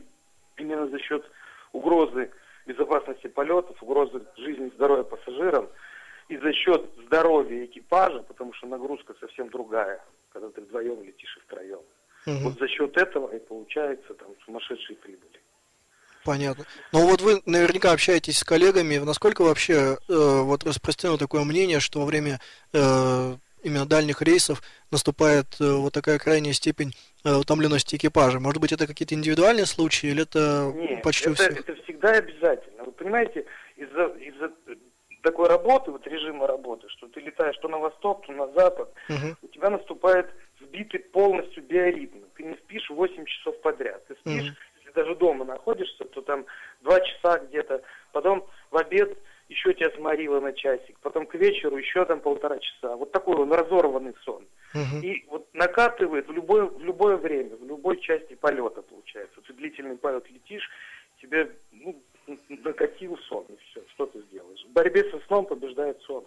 именно за счет угрозы безопасности полетов, угрозы жизни и здоровья пассажирам и за счет здоровья экипажа, потому что нагрузка совсем другая, когда ты вдвоем летишь и втроем. Мгм. Вот за счет этого и получается там сумасшедшие прибыли. Понятно. Но вот вы наверняка общаетесь с коллегами. Насколько вообще э, вот распространено такое мнение, что во время э, именно дальних рейсов наступает э, вот такая крайняя степень э, утомленности экипажа? Может быть, это какие-то индивидуальные случаи, или это Нет, почти у это, всех? это всегда обязательно. Вы понимаете, из-за из-за такой работы, вот режима работы, что ты летаешь то на восток, то на запад, Мгм. у тебя наступает сбитый полностью биоритм. Ты не спишь восемь часов подряд. Ты спишь, Мгм. если даже дома находишься, то там два часа где-то, потом в обед еще тебя сморило на часик, потом к вечеру еще там полтора часа. Вот такой он разорванный сон. Мгм. И вот накатывает в любое, в любое время, в любой части полета получается. Ты длительный полет летишь, тебе ну, накатил сон, и все, что ты сделаешь. В борьбе со сном побеждает сон.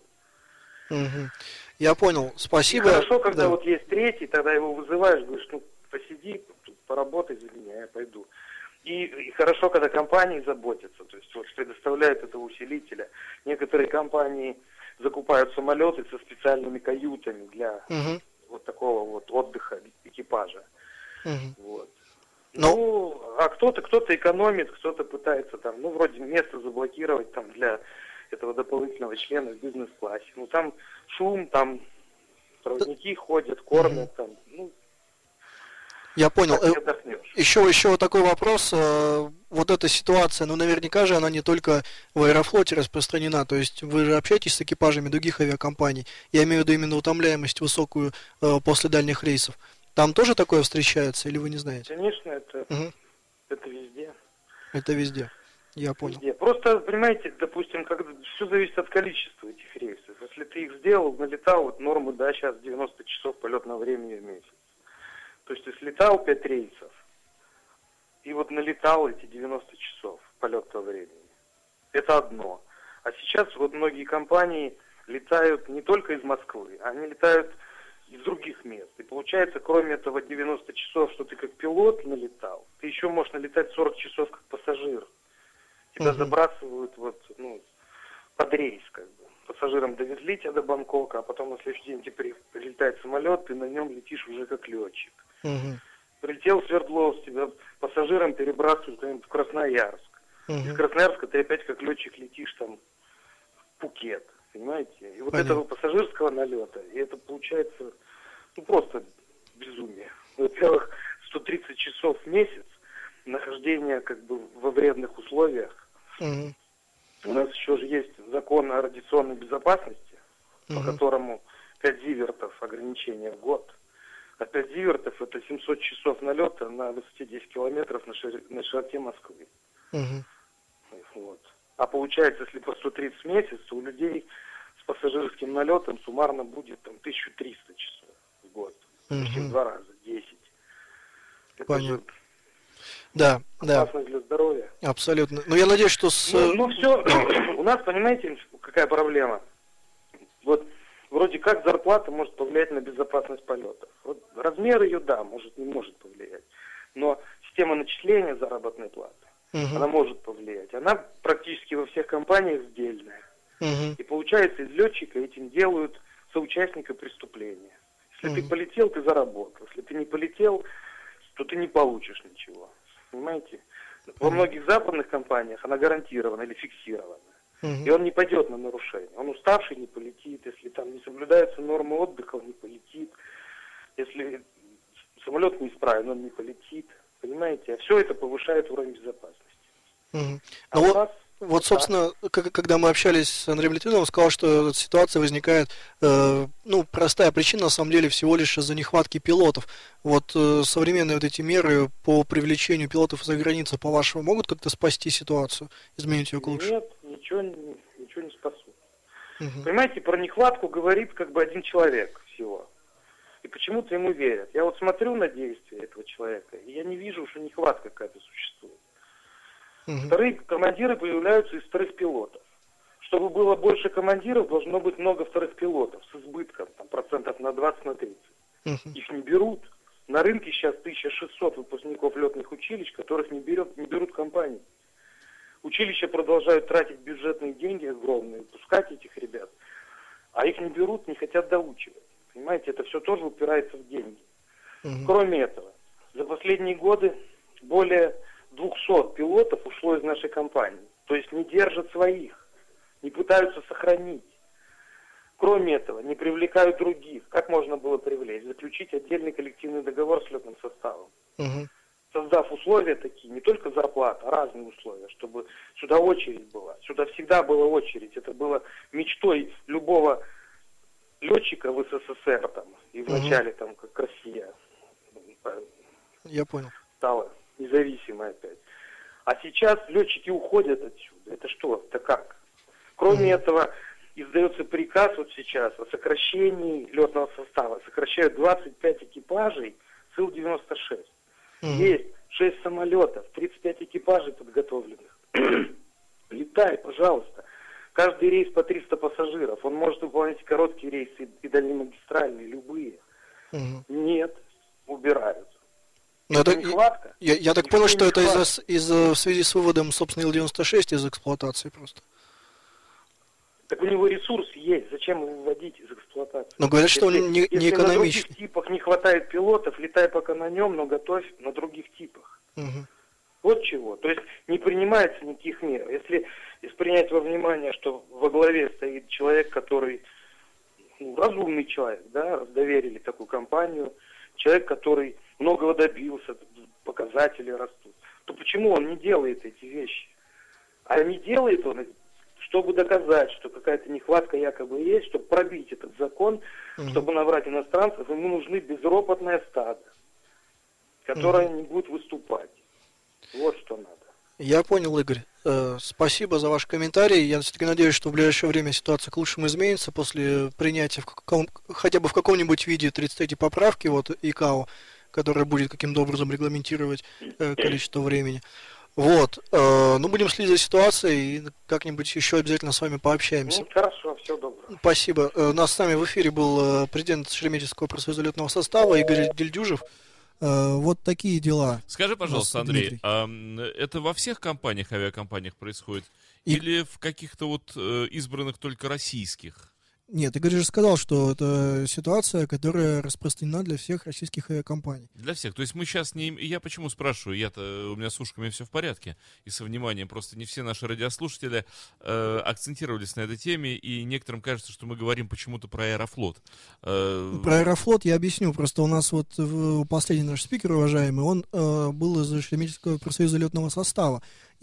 Мгм. Я понял. И Спасибо. хорошо, когда Да. вот есть третий, тогда его вызываешь, говоришь, ну посиди, тут поработай за меня, я пойду. И, и хорошо, когда компании заботятся, то есть вот предоставляют этого усилителя. Некоторые компании закупают самолеты со специальными каютами для Мгм. вот такого вот отдыха экипажа. Мгм. Вот. Но- Ну, а кто-то кто-то экономит, кто-то пытается там, ну, вроде место заблокировать там для этого дополнительного члена в бизнес-классе. Ну там шум, там проводники ходят, кормят, там, ну... Я понял. Так не отдохнешь. Еще, еще вот такой вопрос. Э, Вот эта ситуация, ну, наверняка же она не только в Аэрофлоте распространена. То есть вы же общаетесь с экипажами других авиакомпаний. Я имею в виду именно утомляемость высокую э, после дальних рейсов. Там тоже такое встречается, или вы не знаете? Конечно, это, Угу. это везде. Это везде. Я понял. Везде. Просто, понимаете, допустим, как, все зависит от количества этих рейсов. Если ты их сделал, налетал, вот нормы, да, сейчас девяносто часов полетного времени в месяц. То есть ты слетал пять рейсов, и вот налетал эти девяносто часов полетного времени. Это одно. А сейчас вот многие компании летают не только из Москвы, они летают из других мест. И получается, кроме этого девяносто часов, что ты как пилот налетал, ты еще можешь налетать сорок часов как пассажир. Тебя Мгм. забрасывают вот, ну, под рейс, как бы. Пассажирам довезли тебя до Бангкока, а потом на следующий день тебе при- прилетает самолет, ты на нем летишь уже как летчик. Угу. Прилетел в Свердловск, тебя пассажирам перебрасывают куда-нибудь в Красноярск. Из Угу. Красноярска ты опять как летчик летишь там в Пхукет, понимаете? И вот Понятно. этого пассажирского налета, и это получается, ну, просто безумие. Во-первых, сто тридцать часов в месяц нахождения как бы во вредных условиях. Угу. У нас еще же есть закон о радиационной безопасности, по Мгм. которому пять зивертов ограничения в год. А пять зивертов это семьсот часов налета на высоте десять километров на, шири- на широте Москвы. Угу. Вот. А получается, если по сто тридцать в месяц, то у людей с пассажирским налетом суммарно будет там тысяча триста часов в год. Почти Мгм. в два раза, десять. Это Понятно. же Да, да, опасно для здоровья. абсолютно. Но я надеюсь, что с... Ну, ну все, у нас, понимаете, какая проблема? Вот вроде как зарплата может повлиять на безопасность полетов. Вот размер ее, да, может, не может повлиять. Но система начисления заработной платы, Мгм. она может повлиять. Она практически во всех компаниях сдельная. Мгм. И получается, из летчика этим делают соучастника преступления. Если ты Мгм. полетел, ты заработал. Если ты не полетел, то ты не получишь ничего. Понимаете? Во многих западных компаниях она гарантирована или фиксирована. Мгм. И он не пойдет на нарушение. Он уставший не полетит. Если там не соблюдаются нормы отдыха, он не полетит. Если самолет неисправен, он не полетит. Понимаете? А все это повышает уровень безопасности. Мгм. А Ну у вот, нас вот, собственно, как- когда мы общались с Андреем Литвиновым, он сказал, что эта ситуация возникает, э, ну, простая причина, на самом деле, всего лишь из-за нехватки пилотов. Вот э, современные вот эти меры по привлечению пилотов из-за границы, по-вашему, могут как-то спасти ситуацию, изменить ее к лучшему? нет, ничего, не- ничего не спасут. Мгм. Понимаете, про нехватку говорит как бы один человек всего. И почему-то ему верят. Я вот смотрю на действия этого человека, и я не вижу, что нехватка какая-то существует. Мгм. Вторые командиры появляются из вторых пилотов. Чтобы было больше командиров, должно быть много вторых пилотов с избытком, там, процентов на двадцать, на тридцать. Мгм. Их не берут. На рынке сейчас тысяча шестьсот выпускников летных училищ, которых не, берет, не берут компании. Училища продолжают тратить бюджетные деньги огромные, пускать этих ребят, а их не берут, не хотят доучивать. Понимаете, это все тоже упирается в деньги. Мгм. Кроме этого, за последние годы более двухсот пилотов ушло из нашей компании. То есть не держат своих, не пытаются сохранить. Кроме этого, не привлекают других. Как можно было привлечь? Заключить отдельный коллективный договор с летным составом. Мгм. Создав условия такие, не только зарплата, а разные условия, чтобы сюда очередь была. Сюда всегда была очередь. Это было мечтой любого летчика в СССР там, и в Мгм. начале, там, как Россия Я понял. стала независимой опять. А сейчас летчики уходят отсюда. Это что? Это как? Кроме Мгм. этого, издается приказ вот сейчас о сокращении летного состава. Сокращают двадцать пять экипажей с Ил девяносто шесть. Мгм. Есть шесть самолетов, тридцать пять экипажей подготовленных. Летай, пожалуйста. Каждый рейс по триста пассажиров. Он может выполнять короткие рейсы и дальнемагистральные, любые. Мгм. Нет, убирают. Ну, это- Нехватка? Я, я так Никто понял, не что это хватит. из-за, с- из-за- в связи с выводом, собственно, Ил девяносто шесть из эксплуатации просто. Так у него ресурс есть. Зачем его выводить из эксплуатации? Но говорят, что он Если- не, не если на других экономичный. типах не хватает пилотов, летай пока на нем, но готовь на других типах. Мгм. Вот чего. То есть не принимается никаких мер. Если, если принять во внимание, что во главе стоит человек, который, ну, разумный человек, да, доверили такую компанию, человек, который многого добился, показатели растут, то почему он не делает эти вещи? А не делает он, чтобы доказать, что какая-то нехватка якобы есть, чтобы пробить этот закон, mm-hmm. чтобы набрать иностранцев, ему нужны безропотное стадо, которое mm-hmm. не будет выступать. Вот что надо. Я понял, Игорь. Э, спасибо за ваш комментарий. Я все-таки надеюсь, что в ближайшее время ситуация к лучшему изменится после принятия в каком, хотя бы в каком-нибудь виде тридцать третьей поправки вот ИКАО, которая будет каким-то образом регламентировать э, количество времени. Вот. Э, ну, будем следить за ситуацией и как-нибудь еще обязательно с вами пообщаемся. Ну, хорошо, всего доброго. Спасибо. Э, у нас с нами в эфире был э, президент Шереметьевского профсоюза летного состава Игорь Дельдюжев. Uh, вот такие дела. Скажи, пожалуйста, Андрей, а это во всех компаниях, авиакомпаниях происходит? И... Или в каких-то вот э, избранных только российских? Нет, Игорь же сказал, что это ситуация, которая распространена для всех российских авиакомпаний. Для всех. То есть мы сейчас не... Я почему спрашиваю? Я-то... У меня с ушками все в порядке. И со вниманием. Просто не все наши радиослушатели э, акцентировались на этой теме. И некоторым кажется, что мы говорим почему-то про Аэрофлот. Э... Про Аэрофлот я объясню. Просто у нас вот последний наш спикер, уважаемый, он э, был из Шереметьевского профсоюза летного состава.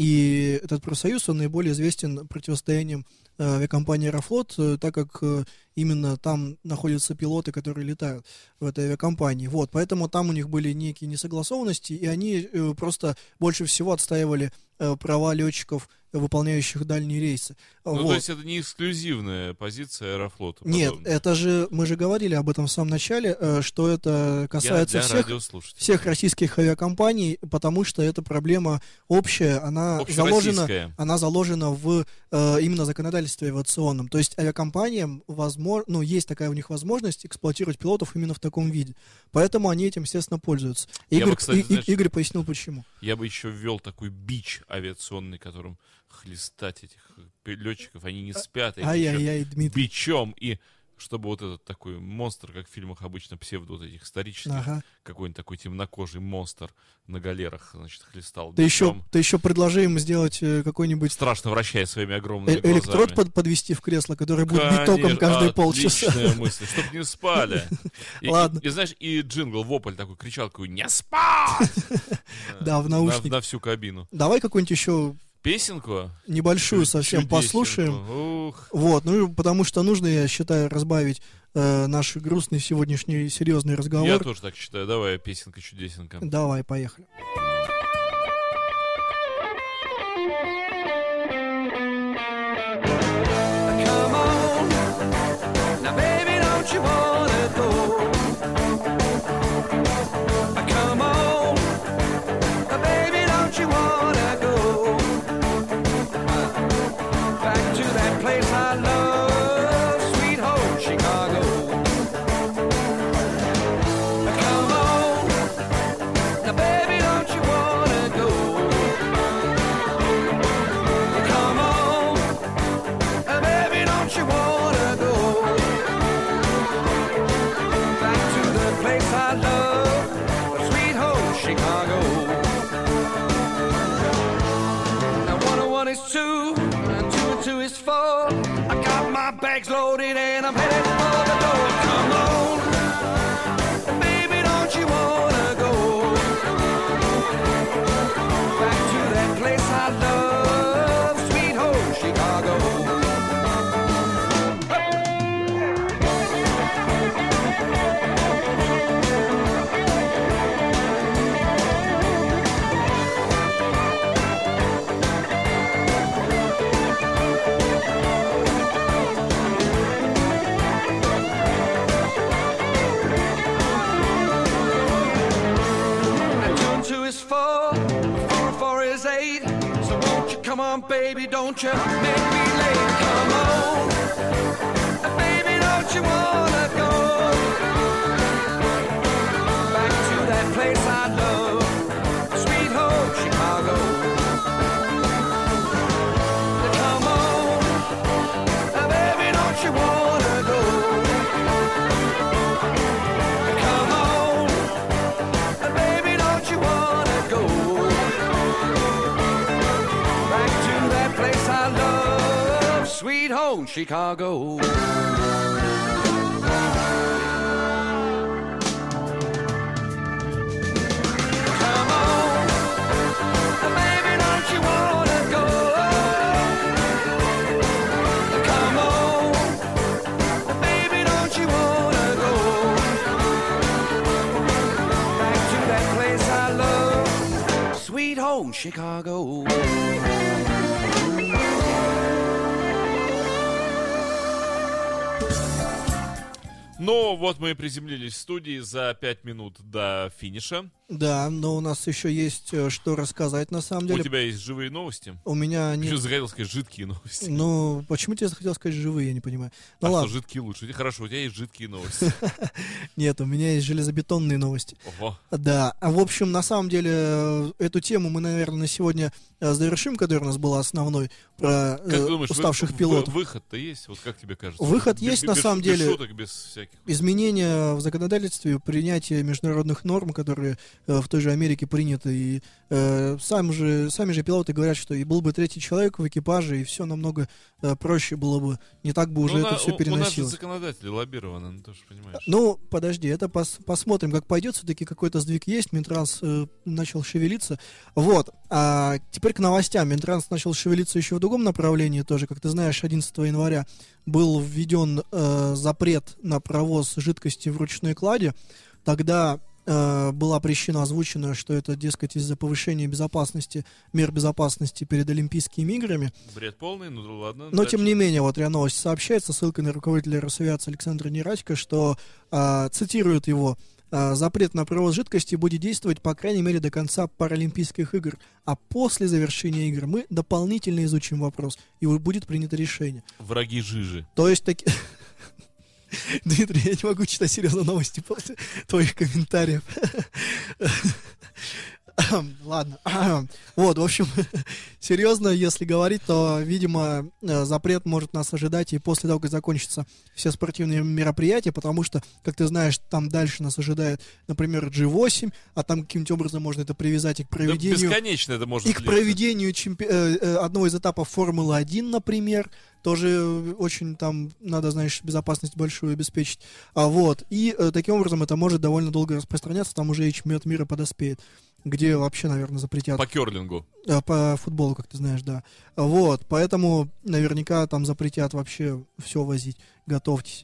И этот профсоюз, он наиболее известен противостоянием э, авиакомпании Аэрофлот, э, так как э, именно там находятся пилоты, которые летают в этой авиакомпании. Вот, поэтому там у них были некие несогласованности, и они э, просто больше всего отстаивали э, права летчиков, выполняющих дальние рейсы. Ну, вот. То есть это не эксклюзивная позиция Аэрофлота? Нет, это же, мы же говорили об этом в самом начале, э, что это касается всех, всех российских авиакомпаний, потому что эта проблема общая, она заложена, она заложена в э, именно законодательстве авиационном. То есть авиакомпаниям возможно, ну, есть такая у них возможность эксплуатировать пилотов именно в таком виде. Поэтому они этим, естественно, пользуются. Игорь, бы, кстати, и, знаешь, Игорь пояснил, почему. Я бы еще ввел такой бич авиационный, которым хлестать этих летчиков, они не спят, ай-яй-яй, Дмитрий. бичом, и чтобы вот этот такой монстр, как в фильмах обычно псевдо вот этих исторических, ага. какой-нибудь такой темнокожий монстр на галерах, значит, хлестал ты еще, ты еще предложи им сделать какой-нибудь... Страшно вращая своими огромными э- электрод глазами. Под, подвести в кресло, который будет бить током каждые полчаса. Отличная мысль, чтоб не спали. И, Ладно. И, и знаешь, и джингл, вопль такой, кричал такой, не спать! Да, в наушнике. На всю кабину. Давай какую-нибудь еще... Песенку? Небольшую совсем послушаем. Ух. Вот, ну потому что нужно, я считаю, разбавить э, наш грустный сегодняшний серьезный разговор. Я тоже так считаю. Давай, песенка-чудесенка. Давай, поехали. Bags loaded and I'm headed for the door. Come on, baby, don't you wanna go back to that place I love, sweet home Chicago. Come on, baby, don't you make me late. Come on, baby, don't you wanna go back to that place I love, sweet home Chicago. Come on, baby, don't you wanna go. Come on, baby, don't you wanna go. Chicago. Chicago. Ну, вот мы и приземлились в студии за пять минут до финиша. Да, но у нас еще есть э, что рассказать, на самом деле. У тебя есть живые новости? У меня нет. Еще захотел сказать жидкие новости. Ну, почему тебе захотел сказать живые, я не понимаю. Ну, а ладно. что, жидкие лучше? Хорошо, у тебя есть жидкие новости. Нет, у меня есть железобетонные новости. Ого. Да, а в общем, на самом деле, э, эту тему мы, наверное, на сегодня э, завершим, которая у нас была основной, про Как ты э, думаешь, уставших вы- пилотов. вы- выход-то есть? Вот как тебе кажется? Выход Без- есть, без- на без- самом без деле. шуток, без всяких. Изменения в законодательстве, принятие международных норм, которые э, в той же Америке приняты, и э, сам же, сами же пилоты говорят, что и был бы третий человек в экипаже, и все намного э, проще было бы, не так бы уже Ну, это на- все у- У нас же переносилось. законодатели лоббированы, ну ты же понимаешь. Ну, подожди, это пос- посмотрим, как пойдет. Все-таки какой-то сдвиг есть. Минтранс э, начал шевелиться. Вот. А теперь к новостям. Минтранс начал шевелиться еще в другом направлении тоже. Как ты знаешь, одиннадцатого января был введен э, запрет на провоз жидкости в ручной кладе. Тогда э, была причина озвучена, что это, дескать, из-за повышения безопасности, мер безопасности перед Олимпийскими играми. Бред полный, ну ладно. Но, дальше. тем не менее, вот РИА Новости сообщает со ссылкой на руководителя Росавиации Александра Нерадько, что, а, цитирует его, а, запрет на провоз жидкости будет действовать, по крайней мере, до конца Паралимпийских игр. А после завершения игр мы дополнительно изучим вопрос, и будет принято решение. Враги жижи. То есть, таки... Дмитрий, я не могу читать серьезно новости после твоих комментариев. Ладно. Вот, в общем, серьезно, если говорить, то, видимо, э, запрет может нас ожидать и после того, как закончатся все спортивные мероприятия, потому что, как ты знаешь, там дальше нас ожидает, например, джи восемь, а там каким-то образом можно это привязать и к Да проведению... бесконечно это может И к длиться. проведению чемпи- э, э, одного из этапов Формулы один, например, тоже очень там надо, знаешь, безопасность большую обеспечить. А вот, и э, таким образом это может довольно долго распространяться, там уже и чемпионат мира подоспеет, где вообще, наверное, запретят. По керлингу. Э, по футболу, как ты знаешь, да. Вот, поэтому наверняка там запретят вообще все возить. Готовьтесь.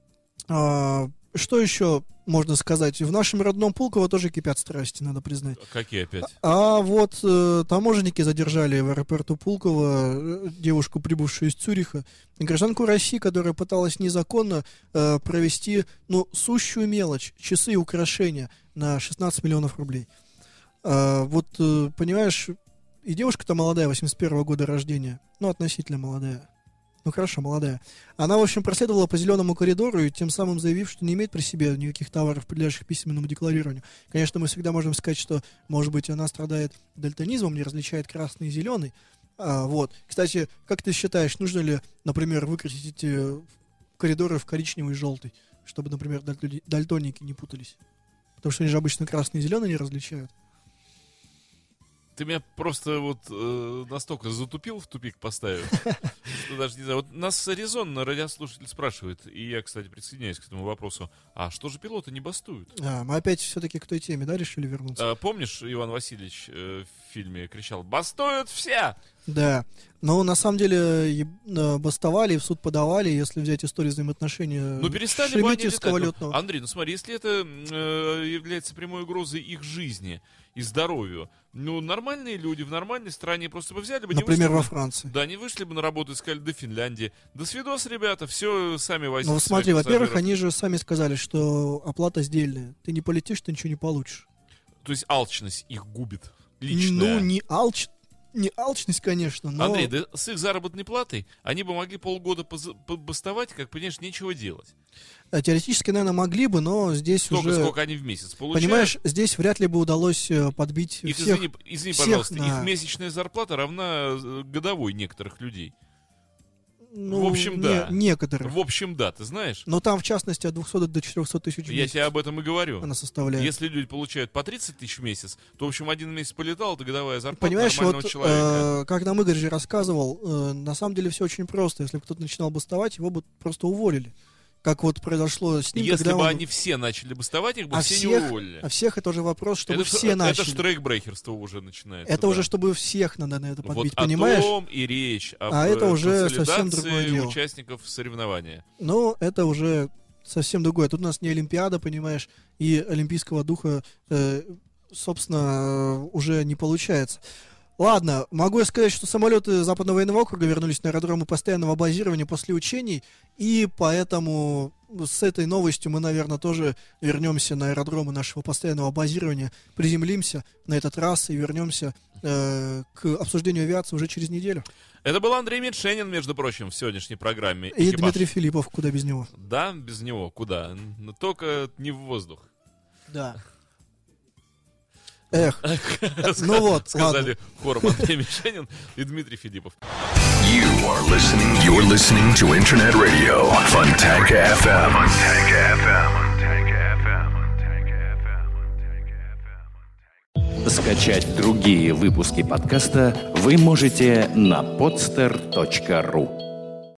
А, что еще можно сказать? В нашем родном Пулково тоже кипят страсти, надо признать. Какие опять? А вот э, таможенники задержали в аэропорту Пулково э, девушку, прибывшую из Цюриха, гражданку России, которая пыталась незаконно э, провести, ну, сущую мелочь, часы и украшения на шестнадцать миллионов рублей. А, вот, э, понимаешь, и девушка-то молодая, восемьдесят первого года рождения, ну, относительно молодая. Ну, хорошо, молодая. Она, в общем, проследовала по зеленому коридору и тем самым заявив, что не имеет при себе никаких товаров, подлежащих письменному декларированию. Конечно, мы всегда можем сказать, что, может быть, она страдает дальтонизмом, не различает красный и зеленый. А, вот. Кстати, как ты считаешь, нужно ли, например, выкрасить эти коридоры в коричневый и желтый, чтобы, например, дальтони- дальтоники не путались? Потому что они же обычно красный и зеленый не различают. Ты меня просто вот э, настолько затупил, в тупик поставил, что даже не знаю. Вот нас резонно радиослушатель спрашивает, и я, кстати, присоединяюсь к этому вопросу, а что же пилоты не бастуют? А, мы опять все-таки к той теме, да, решили вернуться? А, помнишь, Иван Васильевич э, в фильме кричал «Бастуют все!» Да, но на самом деле еб- э, бастовали, в суд подавали, если взять историю взаимоотношений Ну перестали бы они Шереметьевского летать. летного. Ну, Андрей, ну смотри, если это э, является прямой угрозой их жизни и здоровью, ну нормальные люди в нормальной стране просто бы взяли бы... не Например, вышли во бы- Франции. Да, не вышли бы на работу и сказали, до Финляндии. До свидос, ребята, все сами возьмите. Ну смотри, во-первых, они же сами сказали, что оплата сдельная. Ты не полетишь, ты ничего не получишь. То есть алчность их губит. Личная. Ну, не алч... не алчность, конечно, но... Андрей, да с их заработной платой они бы могли полгода поз- побастовать, как, понимаешь, нечего делать. А, теоретически, наверное, могли бы, но здесь Сколько, уже... сколько они в месяц получают? Понимаешь, здесь вряд ли бы удалось э, подбить Их, всех... извини, извини всех пожалуйста, на- их месячная зарплата равна э, годовой некоторых людей. Ну, В общем, да. не- некоторых. В общем, да, ты знаешь? Но там, в частности, от двухсот до четырехсот тысяч в Я месяц тебе об этом и говорю. она составляет. Если люди получают по тридцать тысяч в месяц, то, в общем, один месяц полетал, это годовая зарплата Понимаешь, нормального вот, человека. э, как нам Игорь же рассказывал, э, на самом деле все очень просто. Если бы кто-то начинал бастовать, его бы просто уволили. Как вот произошло с ним, Если когда бы он... они все начали бастовать, их бы а все всех, не уволили. а всех это уже вопрос, чтобы это, все это начали. штрейкбрехерство уже начинается. Это да. уже чтобы всех надо на это подбить, вот понимаешь? о том и речь. Об А это уже консолидации совсем другое дело. участников соревнования. Но это уже совсем другое. Тут у нас не Олимпиада, понимаешь, и олимпийского духа, э, собственно, э, уже не получается. Ладно, могу я сказать, что самолеты Западного военного округа вернулись на аэродромы постоянного базирования после учений, и поэтому с этой новостью мы, наверное, тоже вернемся на аэродромы нашего постоянного базирования, приземлимся на этот раз и вернемся э, к обсуждению авиации уже через неделю. Это был Андрей Метшенин, между прочим, в сегодняшней программе. И «Экипаж». Дмитрий Филиппов, куда без него. Да, без него, куда? Но только не в воздух. Да. Эх, ну вот, Сказали ладно. хором Андрей Метшенин и Дмитрий Филиппов. You are listening. You're listening to Internet Radio Fontanka эф эм. Fontanka эф эм. Скачать другие выпуски подкаста вы можете на podster точка ru.